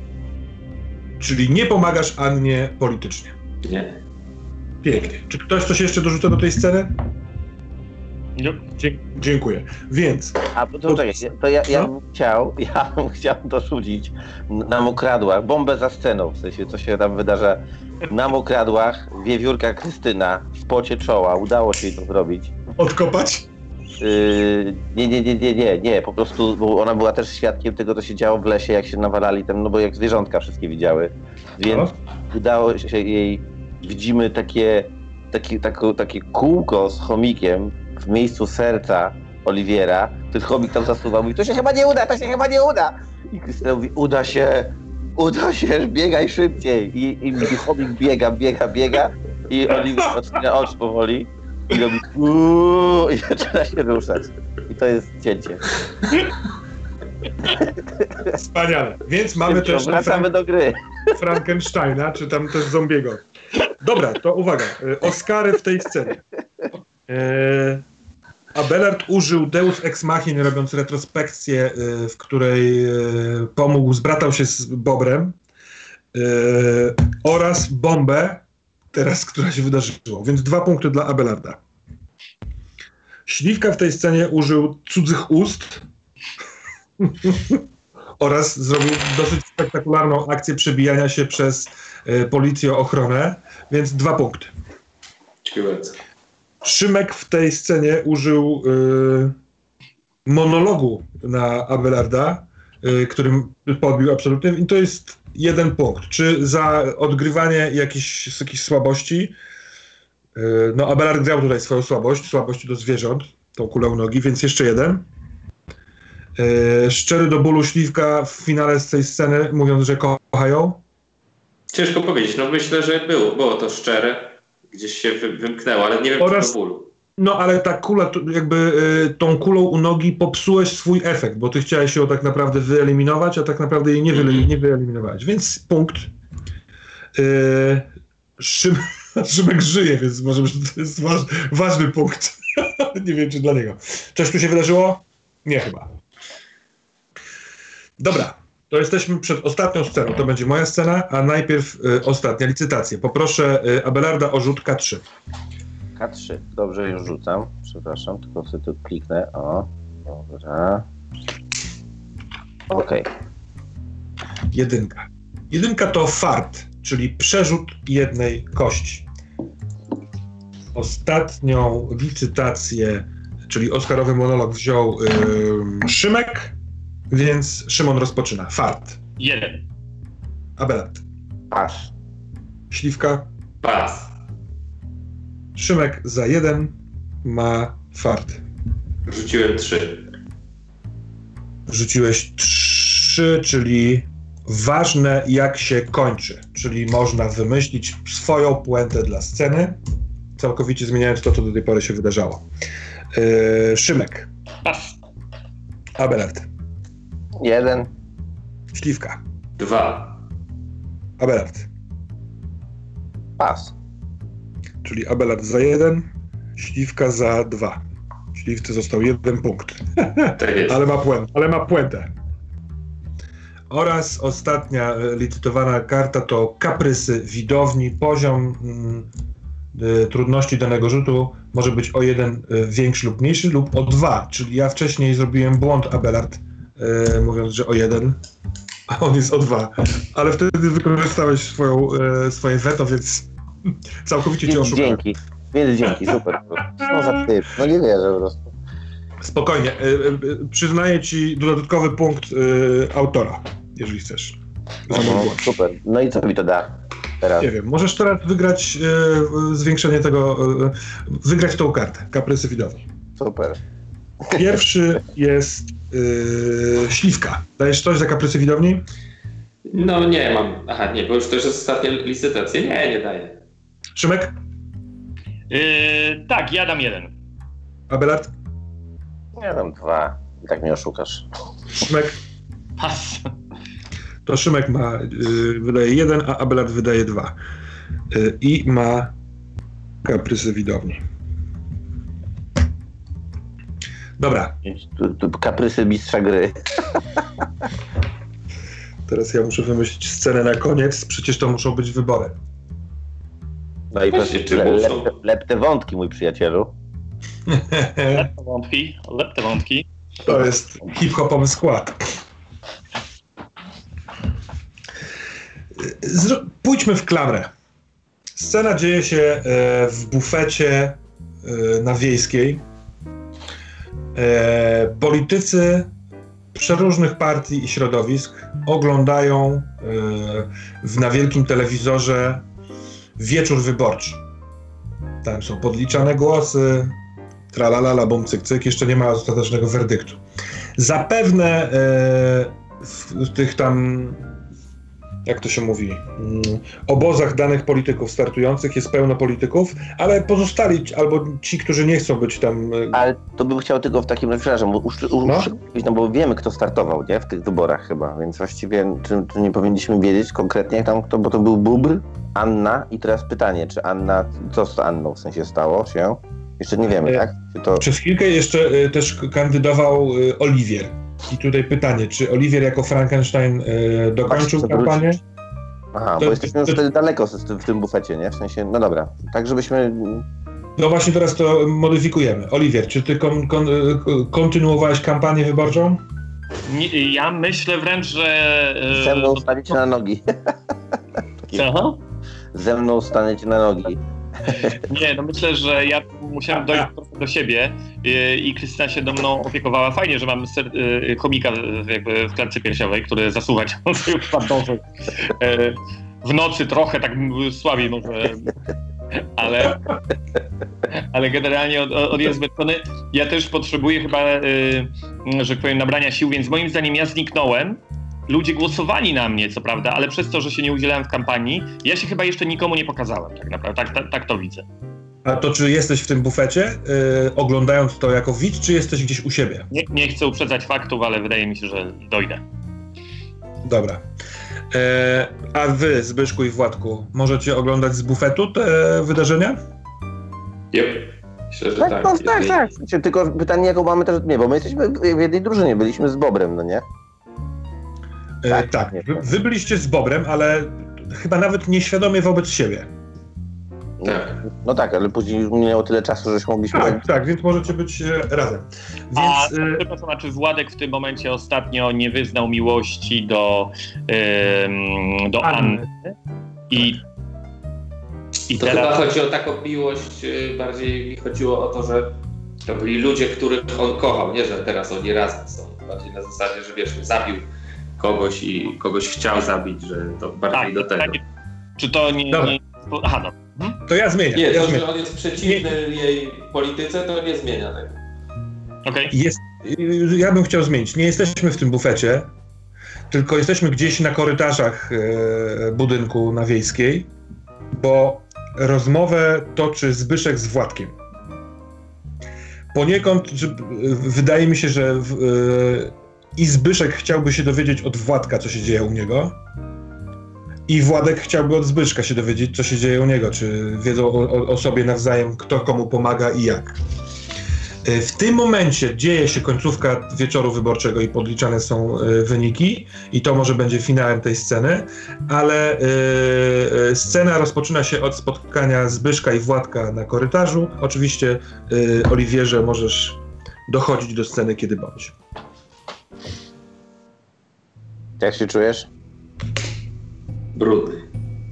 Czyli nie pomagasz Annie politycznie. Nie. Pięknie. Czy ktoś coś jeszcze dorzuca do tej sceny? Nie. Dzie- dziękuję. Więc... A to, to, to, to ja, ja bym chciał, ja bym chciał dorzucić na mokradłach, bombę za sceną, w sensie co się tam wydarza na mokradłach, wiewiórka Krystyna w pocie czoła, udało się jej to zrobić. Odkopać? Yy, nie, nie, nie, nie, nie, nie, po prostu, bo ona była też świadkiem tego, co się działo w lesie, jak się nawalali tam, no bo jak zwierzątka wszystkie widziały, więc no. udało się jej, widzimy takie, takie, takie, takie kółko z chomikiem w miejscu serca Oliwiera, ten chomik tam zasuwał, mówi, to się chyba nie uda, to się chyba nie uda. I Krystyna mówi, uda się, uda się, biegaj szybciej. I, i chomik biega, biega, biega i Oliwier otwiera oczy powoli i robi uuu, i zaczyna się ruszać. I to jest cięcie. Wspaniale. Więc mamy też wracamy do gry. Frankensteina, czy tam też zombiego. Dobra, to uwaga. Oscary w tej scenie. Eee, Abelard użył Deus Ex Machina, robiąc retrospekcję, w której pomógł, zbratał się z Bobrem, eee, oraz bombę, teraz, która się wydarzyła. Więc dwa punkty dla Abelarda. Śliwka w tej scenie użył cudzych ust oraz zrobił dosyć spektakularną akcję przebijania się przez e, policję, ochronę, więc dwa punkty. Dziękuję bardzo. Szymek w tej scenie użył y, monologu na Abelarda, y, którym podbił absolutnie, i to jest jeden punkt. Czy za odgrywanie jakichś, jakichś słabości, y, no Abelard grał tutaj swoją słabość, słabość do zwierząt, tą kulę u nogi, więc jeszcze jeden. Y, szczery do bólu Śliwka w finale z tej sceny, mówiąc, że kochają. Ciężko powiedzieć, no myślę, że było, było to szczere. Gdzieś się wy, wymknęło, ale nie wiem, oraz, czy do bólu. No ale ta kula, jakby y, tą kulą u nogi popsułeś swój efekt, bo ty chciałeś ją tak naprawdę wyeliminować, a tak naprawdę jej nie, wy, mm-hmm. nie wyeliminowałeś. Więc punkt. Y, Szym, Szymek żyje, więc może to jest waż, ważny punkt. Nie wiem, czy dla niego. Coś tu się wydarzyło? Nie chyba. Dobra. To jesteśmy przed ostatnią sceną. To będzie moja scena, a najpierw y, ostatnia licytacja. Poproszę y, Abelarda o rzut K trzy. K trzy. Dobrze, już rzucam. Przepraszam, tylko sobie tu kliknę. O, dobra. Okej. Okay. Jedynka. Jedynka to fart, czyli przerzut jednej kości. Ostatnią licytację, czyli Oscarowy monolog wziął yy, Szymek, więc Szymon rozpoczyna. Fart. Jeden. Abelard. Pas. Śliwka. Pas. Szymek za jeden ma fart. Rzuciłem trzy. Rzuciłeś trzy, czyli ważne jak się kończy, czyli można wymyślić swoją puentę dla sceny, całkowicie zmieniając to, co do tej pory się wydarzało. Yy, Szymek. Pas. Abelard. Jeden. Śliwka. Dwa. Abelard. Pas. Czyli Abelard za jeden, Śliwka za dwa. Śliwce został jeden punkt. Tak jest. ale, ma puent, ale ma puentę. Oraz ostatnia licytowana karta to kaprysy widowni. Poziom mm, y, trudności danego rzutu może być o jeden y, większy lub mniejszy, lub o dwa. Czyli ja wcześniej zrobiłem błąd, Abelard, y, mówiąc, że o jeden, a on jest o dwa. Ale wtedy wykorzystałeś swoją, y, swoje weto, więc całkowicie cię oszukałem. Dzięki. Więc dzięki, super. Co za typ? No nie wierzę po prostu. Spokojnie. Y, y, przyznaję ci dodatkowy punkt y, autora, jeżeli chcesz. No, super. No i co mi to da teraz? Nie wiem, możesz teraz wygrać y, zwiększenie tego, y, wygrać tą kartę, kaprysy widowni. Super. Pierwszy jest y, Śliwka. Dajesz coś za kaprysy widowni? No nie mam. Aha, nie, bo już to już jest ostatnia licytacja. Nie, nie daję. Szymek? Yy, tak, ja dam jeden. Abelard? Ja dam dwa. I tak mnie oszukasz. Szymek? Pas. To Szymek ma, y, wydaje jeden, a Abelard wydaje dwa. Y, I ma kaprysy widowni. Dobra. Tu, tu kaprysy mistrza gry. Teraz ja muszę wymyślić scenę na koniec, przecież to muszą być wybory. No i Właśnie, proszę, czy le, muszą? lep, lep te wątki, mój przyjacielu. Lep te wątki, lep te wątki. To jest hip-hopowy skład. Zro- Pójdźmy w klamrę. Scena dzieje się e, w bufecie e, na Wiejskiej. E, politycy przeróżnych partii i środowisk oglądają e, w, na wielkim telewizorze wieczór wyborczy. Tam są podliczane głosy, tralalala, bum, cyk, cyk, jeszcze nie ma ostatecznego werdyktu. Zapewne e, w, w tych tam, jak to się mówi, mm, obozach danych polityków startujących jest pełno polityków, ale pozostali, albo ci, którzy nie chcą być tam... E, Ale to bym chciał tylko w takim, przepraszam, uszczy, uszczy, No. no bo wiemy, kto startował, nie? W tych wyborach chyba, więc właściwie czy, czy nie powinniśmy wiedzieć konkretnie tam kto, bo to był Bóbr, Anna i teraz pytanie, czy Anna, co z Anną w sensie stało się? Jeszcze nie wiemy, E, tak? Czy to... Przez chwilkę jeszcze e, też kandydował e, Oliwier. I tutaj pytanie, czy Oliwier jako Frankenstein e, dokończył Właśnie, kampanię? Aha, to- bo jesteśmy już to- wtedy daleko z, w tym bufecie, nie? W sensie, no dobra, tak żebyśmy... No właśnie teraz to modyfikujemy. Oliwier, czy ty kon, kon, kontynuowałeś kampanię wyborczą? Nie, ja myślę wręcz, że... e, Ze mną staniecie na nogi. Co? Ze mną staniecie na nogi. Nie, no myślę, że ja musiałem dojść trochę do siebie e, i Krystyna się do mną opiekowała. Fajnie, że mam ser, e, komika w- jakby w klatce piersiowej, który zasłuchać sobie dąży. E, w nocy trochę tak słabiej może, ale, ale generalnie on, on jest zmęczony. Ja też potrzebuję chyba, e, że tak powiem, nabrania sił, więc moim zdaniem ja zniknąłem. Ludzie głosowali na mnie, co prawda, ale przez to, że się nie udzielałem w kampanii, ja się chyba jeszcze nikomu nie pokazałem, tak naprawdę. Tak, tak, tak to widzę. A to czy jesteś w tym bufecie, y, oglądając to jako widz, czy jesteś gdzieś u siebie? Nie, nie chcę uprzedzać faktów, ale wydaje mi się, że dojdę. Dobra. E, a wy, Zbyszku i Władku, możecie oglądać z bufetu te wydarzenia? Yep. Myślę, że Tak, tak. no, tak, Jeżeli- tak. Znaczy, tylko pytanie, jaką mamy też... Nie, bo my jesteśmy w jednej drużynie, byliśmy z Bobrem, no nie? E, Tak, tak. nie. Wy, wy byliście z Bobrem, ale chyba nawet nieświadomie wobec siebie. Tak. No tak, ale później już minęło tyle czasu, żeśmy mogliśmy... Tak, tak, więc możecie być e, razem. A Więc e, przepraszam, a czy Władek w tym momencie ostatnio nie wyznał miłości do, ym, do Anny. Anny? I, i to teraz... chyba chodzi o taką miłość, bardziej mi chodziło o to, że to byli ludzie, których on kochał, nie, że teraz oni razem są. Bardziej na zasadzie, że wiesz, zabił kogoś i kogoś chciał zabić, że to bardziej tak, do tego. Tak, czy to nie... nie... Aha, no. Hmm? To ja zmieniam. Nie, ja to, zmieniam. że on jest przeciwny nie. jej polityce, to nie zmienia tego. Okay. Jest, ja bym chciał zmienić. Nie jesteśmy w tym bufecie, tylko jesteśmy gdzieś na korytarzach e, budynku na Wiejskiej, bo rozmowę toczy Zbyszek z Władkiem. Poniekąd że, wydaje mi się, że w, e, i Zbyszek chciałby się dowiedzieć od Władka, co się dzieje u niego, i Władek chciałby od Zbyszka się dowiedzieć, co się dzieje u niego, czy wiedzą o, o, o sobie nawzajem, kto komu pomaga i jak. W tym momencie dzieje się końcówka wieczoru wyborczego i podliczane są wyniki i to może będzie finałem tej sceny, ale yy, scena rozpoczyna się od spotkania Zbyszka i Władka na korytarzu. Oczywiście, yy, Oliwierze, możesz dochodzić do sceny kiedy bądź. Jak się czujesz? Brudny.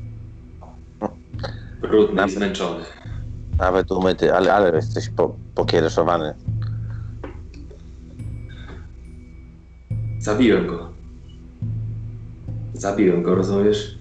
Brudny Nawet, i zmęczony. Nawet umyty, ale, ale jesteś po, pokiereszowany. Zabiłem go. Zabiłem go, rozumiesz?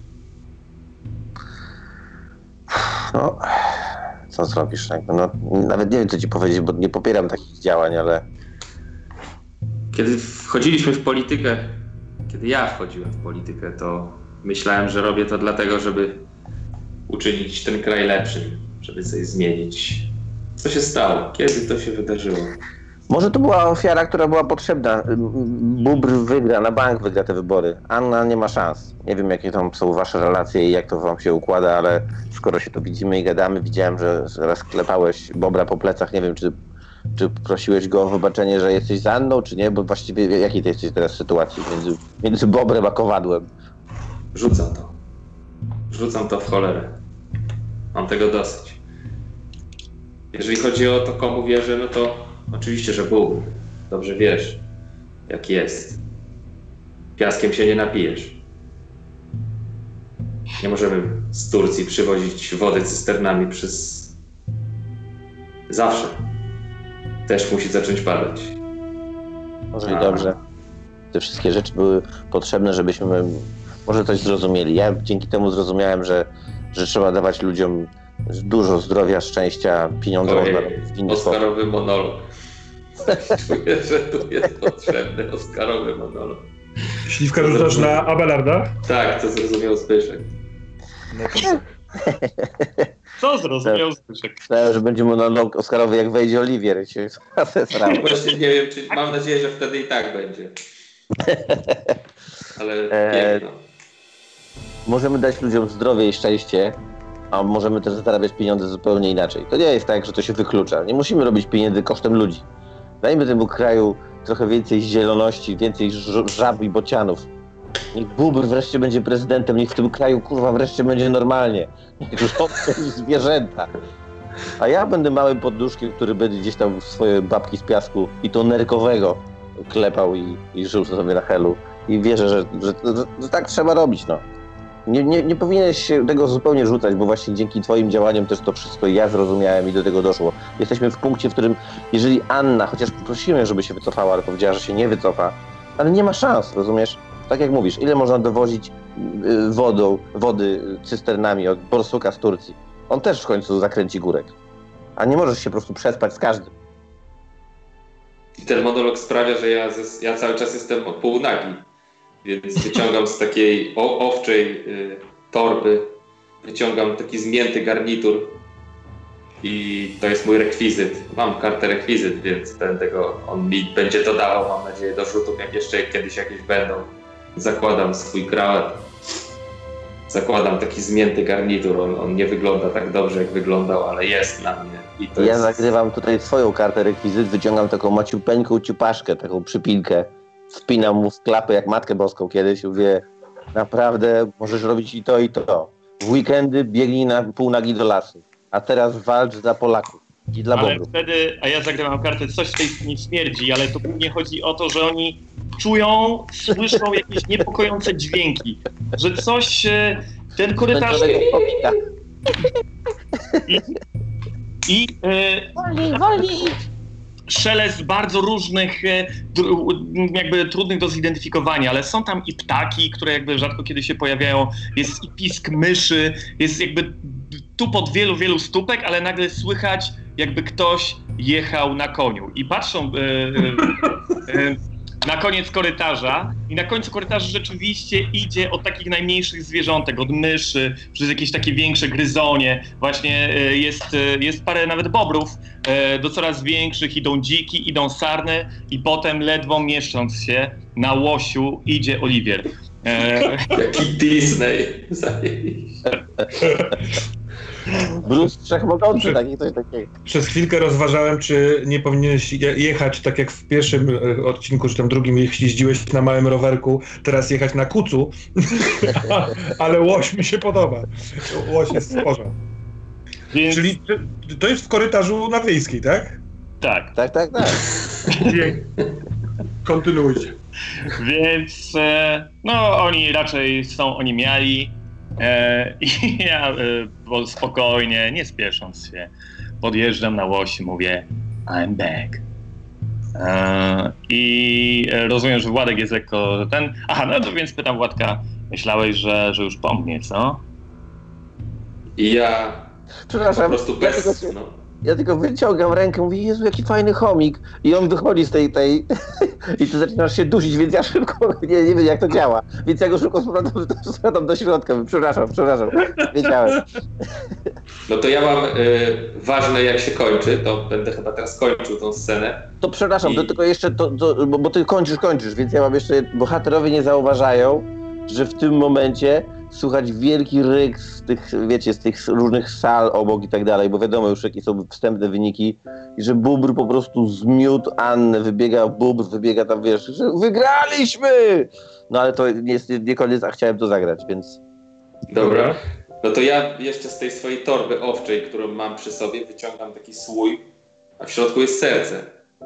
No, co zrobisz? No, nawet nie wiem, co ci powiedzieć, bo nie popieram takich działań, ale... Kiedy wchodziliśmy w politykę, kiedy ja wchodziłem w politykę, to myślałem, że robię to dlatego, żeby uczynić ten kraj lepszym, żeby coś zmienić. Co się stało? Kiedy to się wydarzyło? Może to była ofiara, która była potrzebna. Bóbr wygra, na bank wygra te wybory. Anna nie ma szans. Nie wiem, jakie tam są wasze relacje i jak to wam się układa, ale skoro się to widzimy i gadamy, widziałem, że raz klepałeś Bobra po plecach. Nie wiem, czy, czy prosiłeś go o wybaczenie, że jesteś za Anną, czy nie? Bo właściwie w jakiej ty jesteś teraz sytuacji między, między Bobrem a kowadłem? Rzucam to. Rzucam to w cholerę. Mam tego dosyć. Jeżeli chodzi o to, komu wierzę, no to oczywiście, że Bóg. Dobrze wiesz, jak jest. Piaskiem się nie napijesz. Nie możemy z Turcji przywozić wody cysternami przez... zawsze. Też musi zacząć padać. Może i dobrze. Te wszystkie rzeczy były potrzebne, żebyśmy może coś zrozumieli. Ja dzięki temu zrozumiałem, że, że trzeba dawać ludziom dużo zdrowia, szczęścia, pieniądze można robić w inny sposób. Oscarowy monolog. Czuję, że tu jest potrzebny Oscarowy monolog. Śliwka rzucasz na Abelarda? Tak, to zrozumiał Zbyszek. No to... Co zrozumiał Zbyszek? Myślałem, że będzie monolog Oscarowy, jak wejdzie Oliwier i się zesrał. Właśnie nie wiem, czy mam nadzieję, że wtedy i tak będzie. Ale piękno. Możemy dać ludziom zdrowie i szczęście, a możemy też zarabiać pieniądze zupełnie inaczej. To nie jest tak, że to się wyklucza. Nie musimy robić pieniędzy kosztem ludzi. Dajmy temu kraju trochę więcej zieloności, więcej żab i bocianów. Niech Bóbr wreszcie będzie prezydentem, niech w tym kraju kurwa wreszcie będzie normalnie. Niech żołnierze i zwierzęta. A ja będę małym podduszkiem, który będzie gdzieś tam swoje babki z piasku i to nerkowego klepał i, i żył sobie na helu. I wierzę, że, że, że, że tak trzeba robić, no. Nie, nie, nie powinieneś się tego zupełnie rzucać, bo właśnie dzięki twoim działaniom też to wszystko ja zrozumiałem i do tego doszło. Jesteśmy w punkcie, w którym jeżeli Anna, chociaż poprosimy, żeby się wycofała, ale powiedziała, że się nie wycofa, ale nie ma szans, rozumiesz? Tak jak mówisz, ile można dowozić wodą, wody cysternami od borsuka z Turcji? On też w końcu zakręci górek. A nie możesz się po prostu przespać z każdym. I ten monolog sprawia, że ja, ja cały czas jestem półnagi. Więc wyciągam z takiej o, owczej y, torby, wyciągam taki zmięty garnitur i to jest mój rekwizyt. Mam kartę rekwizyt, więc będę go, on mi będzie dodawał, mam nadzieję, do rzutów, jak jeszcze kiedyś jakieś będą. Zakładam swój krawat, zakładam taki zmięty garnitur, on, on nie wygląda tak dobrze, jak wyglądał, ale jest na mnie. I to ja jest... zagrywam tutaj swoją kartę rekwizyt, wyciągam taką maciupeńką ciupaszkę, taką przypinkę. Wpinam mu w klapę jak Matkę Boską kiedyś, mówię, naprawdę możesz robić i to, i to. W weekendy biegnij na pół nagi do lasu, a teraz walcz dla Polaków i dla Ale Bobrów. wtedy, a ja zagrywam kartę, coś w tej nie śmierdzi, ale to głównie chodzi o to, że oni czują, słyszą jakieś niepokojące dźwięki, że coś ten korytarz... I, i e, wolniej, wolniej. Szelest bardzo różnych, e, dru, jakby trudnych do zidentyfikowania, ale są tam i ptaki, które jakby rzadko kiedy się pojawiają, jest i pisk myszy, jest jakby tupot wielu, wielu stópek, ale nagle słychać, jakby ktoś jechał na koniu. I patrzą e, e, e, na koniec korytarza i na końcu korytarza rzeczywiście idzie od takich najmniejszych zwierzątek, od myszy, przez jakieś takie większe gryzonie. Właśnie e, jest, e, jest parę nawet bobrów, e, do coraz większych idą dziki, idą sarny i potem ledwo mieszcząc się na łosiu idzie Oliwier. E, Jaki Disney. Bruce Wszechmogący, taki coś takiego. Przez chwilkę rozważałem, czy nie powinieneś je- jechać tak jak w pierwszym e, odcinku, czy tam drugim jeździłeś na małym rowerku, teraz jechać na kucu, ale łoś mi się podoba. Łoś jest sporza. więc, Czyli to jest w korytarzu na Wiejskiej, tak? tak. Tak, tak, tak. Dzięki. Kontynuujcie. Więc e, no oni raczej są oniemiali e, i ja e, bo spokojnie, nie spiesząc się, podjeżdżam na łosi, mówię I'm back. E, I rozumiem, że Władek jest lekko ten... Aha, no to więc pytam Władka, myślałeś, że, że już po mnie, co? I ja Przepraszam, po prostu ja tylko, bez... się, No. ja tylko wyciągam rękę, mówię, Jezu, jaki fajny chomik. I on wychodzi z tej, tej i ty zaczynasz się dusić, więc ja szybko, nie, nie wiem jak to działa. Więc ja go szybko sprawdzam do środka. Przepraszam, przepraszam, wiedziałem. No to ja mam y, ważne jak się kończy, to będę chyba teraz kończył tą scenę. To przepraszam, I... to tylko jeszcze, to, to, bo, bo ty kończysz, kończysz, więc ja mam jeszcze, bohaterowie nie zauważają, że w tym momencie słuchać wielki ryk z tych, wiecie, z tych różnych sal obok i tak dalej, bo wiadomo już jakie są wstępne wyniki i że Bóbr po prostu zmiótł Annę, wybiega Bóbr, wybiega tam, wiesz, że wygraliśmy! No ale to nie jest nie koniec, a chciałem to zagrać, więc... Dobra. No to ja jeszcze z tej swojej torby owczej, którą mam przy sobie, wyciągam taki słój, a w środku jest serce.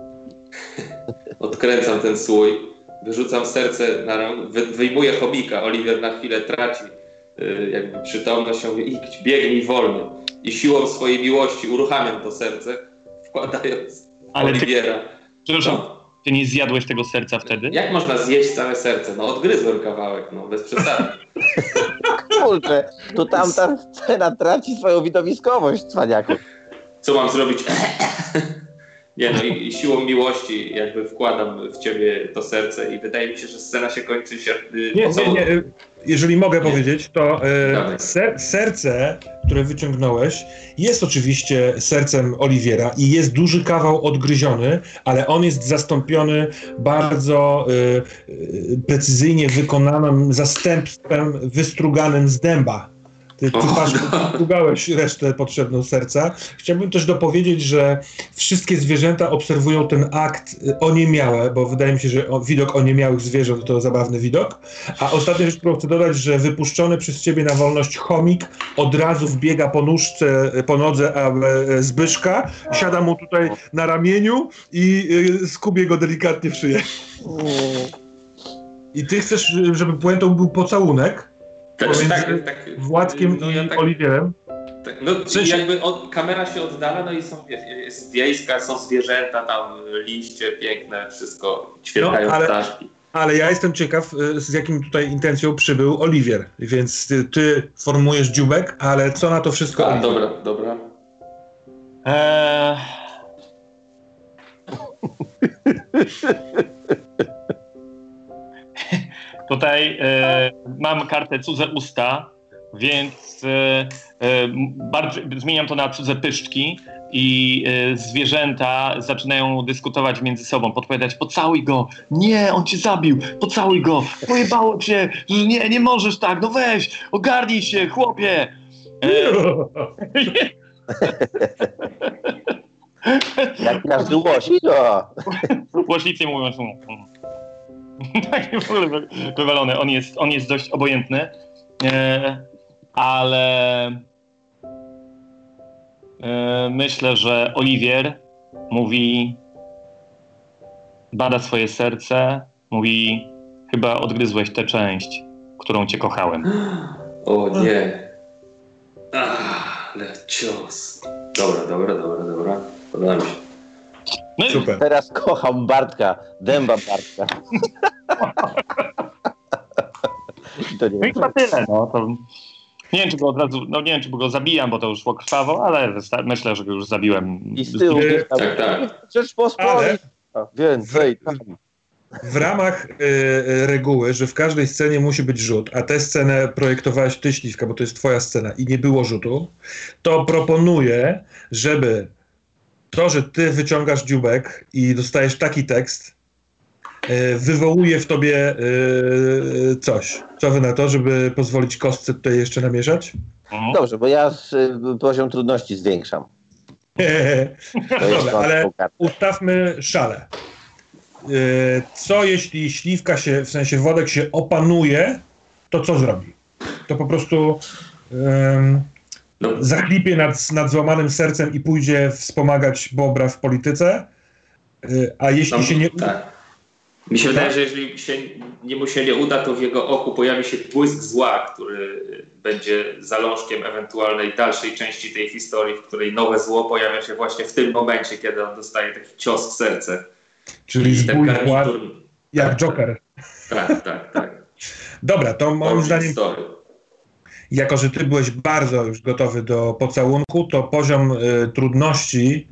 Odkręcam ten słój, wyrzucam serce na rękę, wy, wyjmuję chomika, Oliwier na chwilę traci yy, jakby przytomność, ja mówię, idź, biegnij wolno. I siłą swojej miłości uruchamiam to serce, wkładając Ale Oliwiera. Ty, przepraszam, No. ty nie zjadłeś tego serca wtedy? Jak można zjeść całe serce? No odgryzłem kawałek, no bez przesady. Kurczę, to tamta scena traci swoją widowiskowość, cwaniaku. Co mam zrobić? Nie no i, i siłą miłości jakby wkładam w ciebie to serce i wydaje mi się, że scena się kończy się... Yy, Nie, nie, nie. Jeżeli mogę Nie. powiedzieć, to e, ser, serce, które wyciągnąłeś, jest oczywiście sercem Oliwiera i jest duży kawał odgryziony, ale on jest zastąpiony bardzo e, e, precyzyjnie wykonanym zastępstwem wystruganym z dęba. Ty, ty masz, wystrugałeś resztę potrzebną serca. Chciałbym też dopowiedzieć, że wszystkie zwierzęta obserwują ten akt oniemiałe, bo wydaje mi się, że widok oniemiałych zwierząt to zabawny widok. A ostatnia rzecz, którą chcę dodać, że wypuszczony przez ciebie na wolność chomik od razu wbiega po nóżce, po nodze a, e, Zbyszka, siada mu tutaj na ramieniu i e, skubie go delikatnie w szyję. I ty chcesz, żeby puentą był pocałunek pomiędzy tak, tak, Władkiem no i ja tak, Oliwierem. tak, no W sensie- jakby od, kamera się oddala, no i są, jest wiejska, są zwierzęta, tam liście piękne, wszystko, ćwierkają No, ale- ptaszki. Ale ja jestem ciekaw, y, z jakim tutaj intencją przybył Oliwier, więc ty, ty formujesz dziubek, ale co na to wszystko A, Oliwier? dobra, dobra. Eee... Tutaj e, mam kartę cudze usta, więc e, e, bardziej, zmieniam to na cudze pyszczki i e, zwierzęta zaczynają dyskutować między sobą, podpowiadać: pocałuj go, nie, on cię zabił, pocałuj go, pojebało cię, że nie, nie możesz tak, no weź, ogarnij się, chłopie. E, Jak każdy łoś, no. Łośnicy mówią, że tak w ogóle wywalony. On jest, on jest dość obojętny, e, ale e, myślę, że Oliwier mówi, bada swoje serce, mówi: chyba odgryzłeś tę część, którą cię kochałem. O nie. Ach, ale cios. Dobra, dobra, dobra, dobra. Podoba mi się. No i Super. Teraz kocham Bartka, dęba Bartka. To nie No i chyba tyle, no. To nie wiem, czy go od razu, no nie wiem, czy go zabijam, bo to już szło krwawo, ale wysta- myślę, że go już zabiłem. I z tyłu Nie, tak, tak. Rzeczpospolita. Więcej. W ramach y, y, reguły, że w każdej scenie musi być rzut, a tę scenę projektowałeś ty, Śliwka, bo to jest twoja scena i nie było rzutu, to proponuję, żeby to, że ty wyciągasz dzióbek i dostajesz taki tekst, y, wywołuje w tobie y, coś. Co wy na to, żeby pozwolić kostce tutaj jeszcze namieszać? Mhm. Dobrze, bo ja y, poziom trudności zwiększam. To jest Dobra, ale karta. ustawmy szale. Yy, Co jeśli Śliwka się, w sensie Wodek się opanuje, to co zrobi? To po prostu ym, No, zachlipie nad, nad złamanym sercem i pójdzie wspomagać Bobra w polityce, yy, a jeśli no, się nie uda... tak. Mi się wydaje, że jeżeli się, nie mu się nie uda, to w jego oku pojawi się błysk zła, który będzie zalążkiem ewentualnej dalszej części tej historii, w której nowe zło pojawia się właśnie w tym momencie, kiedy on dostaje taki cios w serce. Czyli I ten zbój garnitur- władz, jak tak, Joker. Tak, tak, tak. Dobra, to moim Origin zdaniem, story. jako że ty byłeś bardzo już gotowy do pocałunku, to poziom y, trudności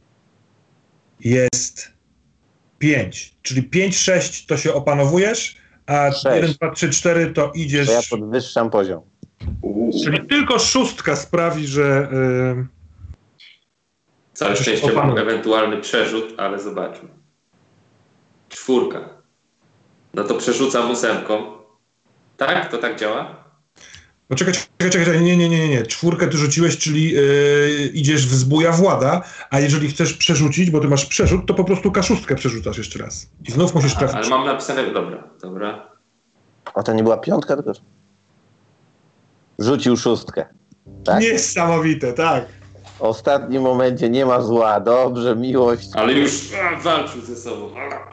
jest pięć. Czyli pięć, sześć to się opanowujesz, a Sześć. jeden, dwa, trzy, cztery to idziesz... To ja podwyższam poziom. Czyli tylko szóstka sprawi, że... y, Całe Przecież szczęście mam opanuj. ewentualny przerzut, ale zobaczmy. Czwórka. No to przerzucam ósemką. Tak? To tak działa? Poczekaj, czekaj, czekaj, czekaj, nie, nie, nie, nie, nie. Czwórkę ty rzuciłeś, czyli yy, idziesz w zbója włada, a jeżeli chcesz przerzucić, bo ty masz przerzut, to po prostu kaszustkę przerzucasz jeszcze raz. I znów musisz A, trafić. ale mam napisane... Dobra, dobra. A to nie była piątka, tylko rzucił szóstkę. Tak. Niesamowite, tak. W ostatnim momencie nie ma zła. Dobrze, miłość. Ale już a, walczył ze sobą.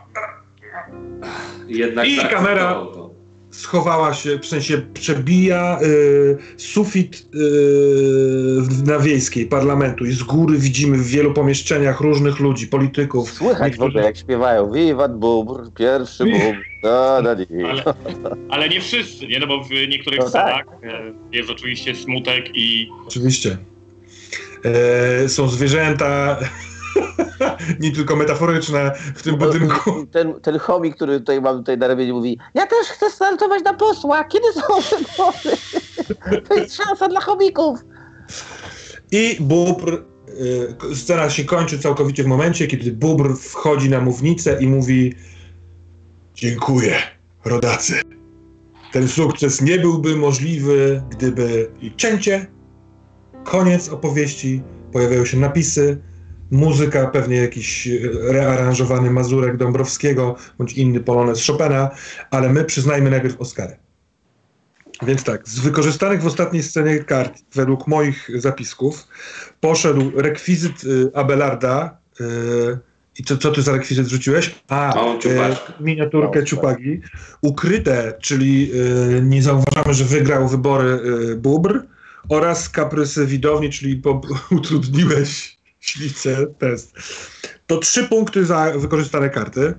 Jednak I tak, kamera- to, to. Schowała się, w sensie przebija y, sufit y, na Wiejskiej parlamentu i z góry widzimy w wielu pomieszczeniach różnych ludzi, polityków. Słychać w ogóle, jak śpiewają. Wiwat Bóbr, pierwszy Bóbr. Da, da, di. Ale, ale nie wszyscy, nie? No bo w niektórych No tak. scenach e, jest oczywiście smutek i Oczywiście. E, są zwierzęta, nie tylko metaforyczne w tym budynku. Ten, ten chomik, który tutaj mam tutaj na ramieniu, mówi: ja też chcę startować na posła. Kiedy są wybory? To jest szansa dla chomików. I Bóbr, y, scena się kończy całkowicie w momencie, kiedy Bóbr wchodzi na mównicę i mówi: dziękuję, rodacy. Ten sukces nie byłby możliwy, gdyby... I cięcie, koniec opowieści, pojawiają się napisy, muzyka, pewnie jakiś rearanżowany mazurek Dąbrowskiego, bądź inny polonez Chopina, ale my przyznajmy najpierw Oscary. Więc tak, z wykorzystanych w ostatniej scenie kart, według moich zapisków, poszedł rekwizyt y, Abelarda. Y, I co, co ty za rekwizyt rzuciłeś? A, Małą y, ciupaczkę. miniaturkę Małą ciupagi. Ukryte, czyli y, nie zauważamy, że wygrał wybory y, Bóbr, oraz kaprysy widowni, czyli po, utrudniłeś Śliwce test. To trzy punkty za wykorzystane karty.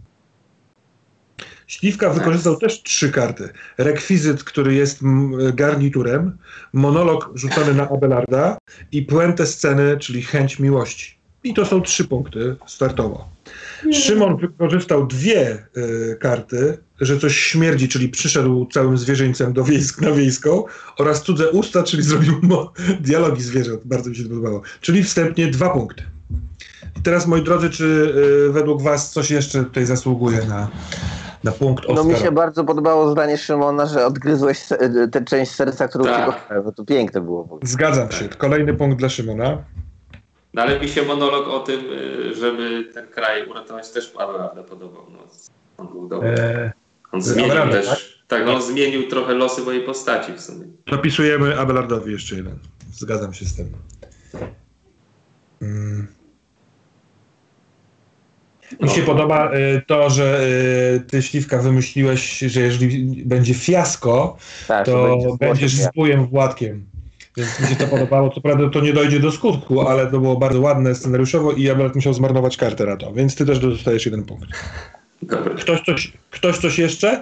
Śliwka wykorzystał też trzy karty. Rekwizyt, który jest m, garniturem, monolog rzucony na Abelarda i puentę sceny, czyli chęć miłości. I to są trzy punkty startowo. Szymon wykorzystał dwie y, karty, że coś śmierdzi, czyli przyszedł całym zwierzyńcem do wiejsk, na wiejską, oraz cudze usta, czyli zrobił mo- dialogi zwierząt. Bardzo mi się to podobało. Czyli wstępnie dwa punkty. I teraz, moi drodzy, czy y, według was coś jeszcze tutaj zasługuje na, na punkt No Oscara? mi się bardzo podobało zdanie Szymona, że odgryzłeś se- tę część serca, którą Tak. ci kochałem. No to piękne było. w ogóle. Zgadzam się. Kolejny punkt dla Szymona. No ale mi się monolog o tym, y, żeby ten kraj uratować, też naprawdę podobał. No, on był dobry. E, On zmienił Abelarda, też. Tak, on zmienił trochę losy mojej postaci w sumie. dopisujemy Abelardowi jeszcze jeden. Zgadzam się z tym. Mm. Mi się podoba y, to, że y, ty, Śliwka, wymyśliłeś, że jeżeli będzie fiasko, tak, to będzie będziesz z wujem Władkiem. Więc mi się to podobało. Co prawda to nie dojdzie do skutku, ale to było bardzo ładne scenariuszowo i ja bym musiał zmarnować kartę na to. Więc ty też dostajesz jeden punkt. Ktoś coś, ktoś coś jeszcze?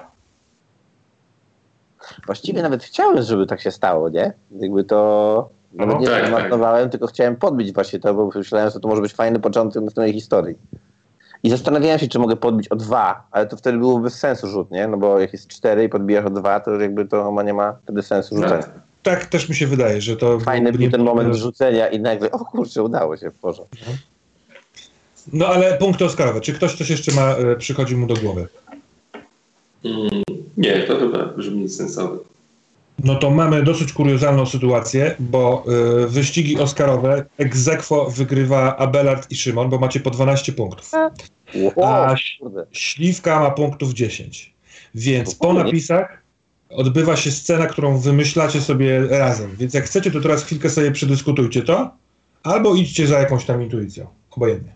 Właściwie nawet chciałem, żeby tak się stało, nie? Jakby to... Nawet no, nie tak, zmarnowałem, tak. Tylko chciałem podbić właśnie to, bo myślałem, że to może być fajny początek następnej historii. I zastanawiałem się, czy mogę podbić o dwa, ale to wtedy byłoby bez sensu rzut, nie? No bo jak jest cztery i podbijasz o dwa, to jakby to ma nie ma wtedy sensu rzucenia. Tak, tak też mi się wydaje, że to... Fajny był ten moment rzucenia i nagle, o kurczę, udało się, w porządku. No ale punkty Oscarowe. Czy ktoś coś jeszcze ma, przychodzi mu do głowy? Mm, nie, to chyba brzmi sensownie. No to mamy dosyć kuriozalną sytuację, bo y, wyścigi Oscarowe ex aequo wygrywa Abelard i Szymon, bo macie po dwanaście punktów. A Śliwka ma punktów dziesięć. Więc po napisach odbywa się scena, którą wymyślacie sobie razem. Więc jak chcecie, to teraz chwilkę sobie przedyskutujcie to, albo idźcie za jakąś tam intuicją. Obojętnie.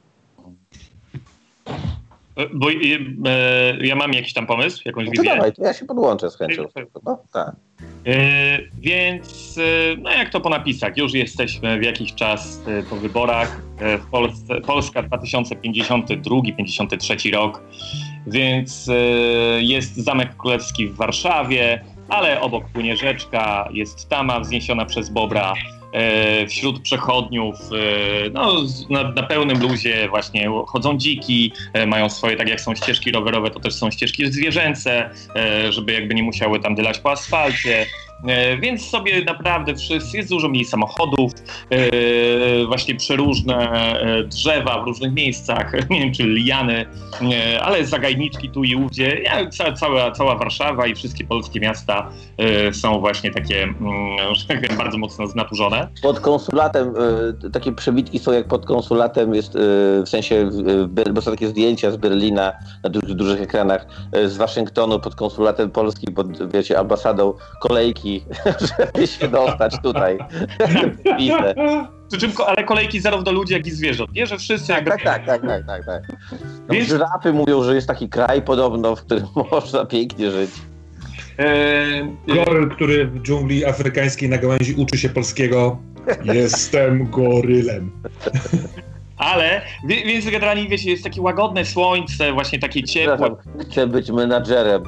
Bo e, ja mam jakiś tam pomysł, jakąś no wizję. To dawaj, to ja się podłączę z chęcią. No, tak. E, więc, e, no jak to po napisach, już jesteśmy w jakiś czas e, po wyborach. E, w Polsce, Polska dwa tysiące pięćdziesiąty drugi pięćdziesiąty trzeci rok, więc e, jest Zamek Królewski w Warszawie, ale obok płynie rzeczka, jest tama wzniesiona przez Bobra. E, wśród przechodniów e, no, na, na pełnym luzie właśnie chodzą dziki, e, mają swoje, tak jak są ścieżki rowerowe, to też są ścieżki zwierzęce, e, żeby jakby nie musiały tam dylać po asfalcie. E, więc sobie naprawdę wszyscy, jest dużo mniej samochodów, e, właśnie przeróżne e, drzewa w różnych miejscach, nie wiem czy liany, e, ale zagajniczki tu i ówdzie. Ja, ca, cała, cała Warszawa i wszystkie polskie miasta e, są właśnie takie, mm, że tak powiem, bardzo mocno znaturzone. Pod konsulatem, e, takie przebitki są jak pod konsulatem jest, e, w sensie, e, bo są takie zdjęcia z Berlina na dużych, dużych ekranach, e, z Waszyngtonu pod konsulatem polskim, pod, wiecie, ambasadą, kolejki, żeby się dostać tutaj. Przy czym, ale kolejki zarówno ludzi, jak i zwierząt. Nie, że wszyscy... Tak, jakby... tak, tak, tak, tak, tak. No, Więc... Żyrafy mówią, że jest taki kraj podobno, w którym można pięknie żyć. Eee, Goryl, który w dżungli afrykańskiej na gałęzi uczy się polskiego. Jestem gorylem. Ale, więc generalnie, wiecie, jest takie łagodne słońce, właśnie takie ciepłe. Chcę być menadżerem.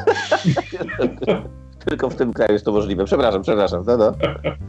Tylko w tym kraju jest to możliwe. Przepraszam, przepraszam. No, no.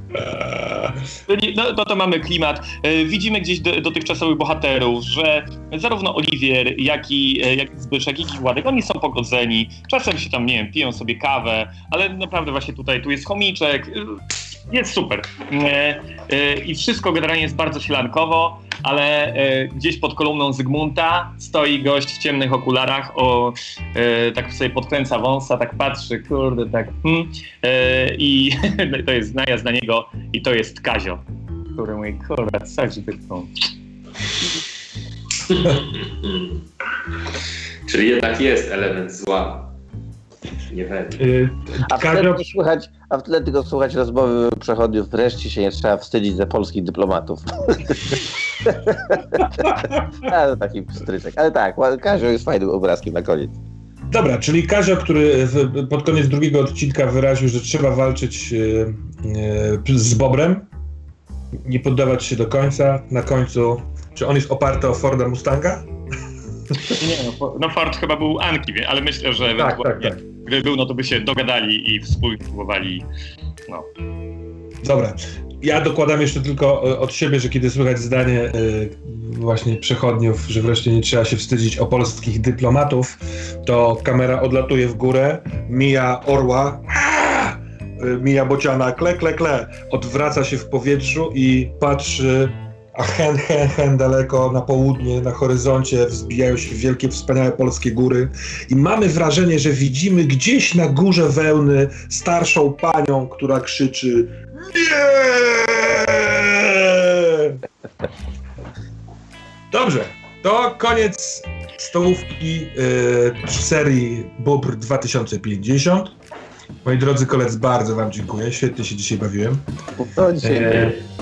No, no to mamy klimat. Widzimy gdzieś do, dotychczasowych bohaterów, że zarówno Oliwier, jak i, jak i Zbyszek, jak i Władek, oni są pogodzeni. Czasem się tam, nie wiem, piją sobie kawę, ale naprawdę właśnie tutaj, tu jest chomiczek. Jest super. I wszystko generalnie jest bardzo sielankowo, ale gdzieś pod kolumną Zygmunta stoi gość w ciemnych okularach, o, tak sobie podkręca wąsa, tak patrzy, kurde, tak hmm, i to jest najazd na niego i to jest Kazio, który mówi, kurde, coś wytknął. Czyli jednak jest element zła. Nie będzie. Yy, a, w tle słychać, a w tle tylko słuchać rozmowy przechodniów. Wreszcie się nie trzeba wstydzić za polskich dyplomatów. Ale taki pstryczek. Ale tak, Kazio jest fajnym obrazkiem na koniec. Dobra, czyli Kazio, który w, pod koniec drugiego odcinka wyraził, że trzeba walczyć yy, yy, z Bobrem, nie poddawać się do końca. Na końcu, czy on jest oparty o Forda Mustanga? Nie, no, no Ford chyba był Anki, ale myślę, że ewentualnie tak, tak, tak. Gdyby był, no to by się dogadali i wspólnie próbowali, no. Dobra, ja dokładam jeszcze tylko od siebie, że kiedy słychać zdanie yy, właśnie przechodniów, że wreszcie nie trzeba się wstydzić o polskich dyplomatów, to kamera odlatuje w górę, mija orła, aaa, yy, mija bociana, kle, kle, kle, odwraca się w powietrzu i patrzy. A hen, hen, hen daleko na południe, na horyzoncie wzbijają się wielkie, wspaniałe polskie góry i mamy wrażenie, że widzimy gdzieś na górze Wełny starszą panią, która krzyczy nie! Dobrze, to koniec stołówki yy, serii Bóbr dwa tysiące pięćdziesiąt. Moi drodzy koledzy, bardzo wam dziękuję, świetnie się dzisiaj bawiłem. To dzisiaj. E,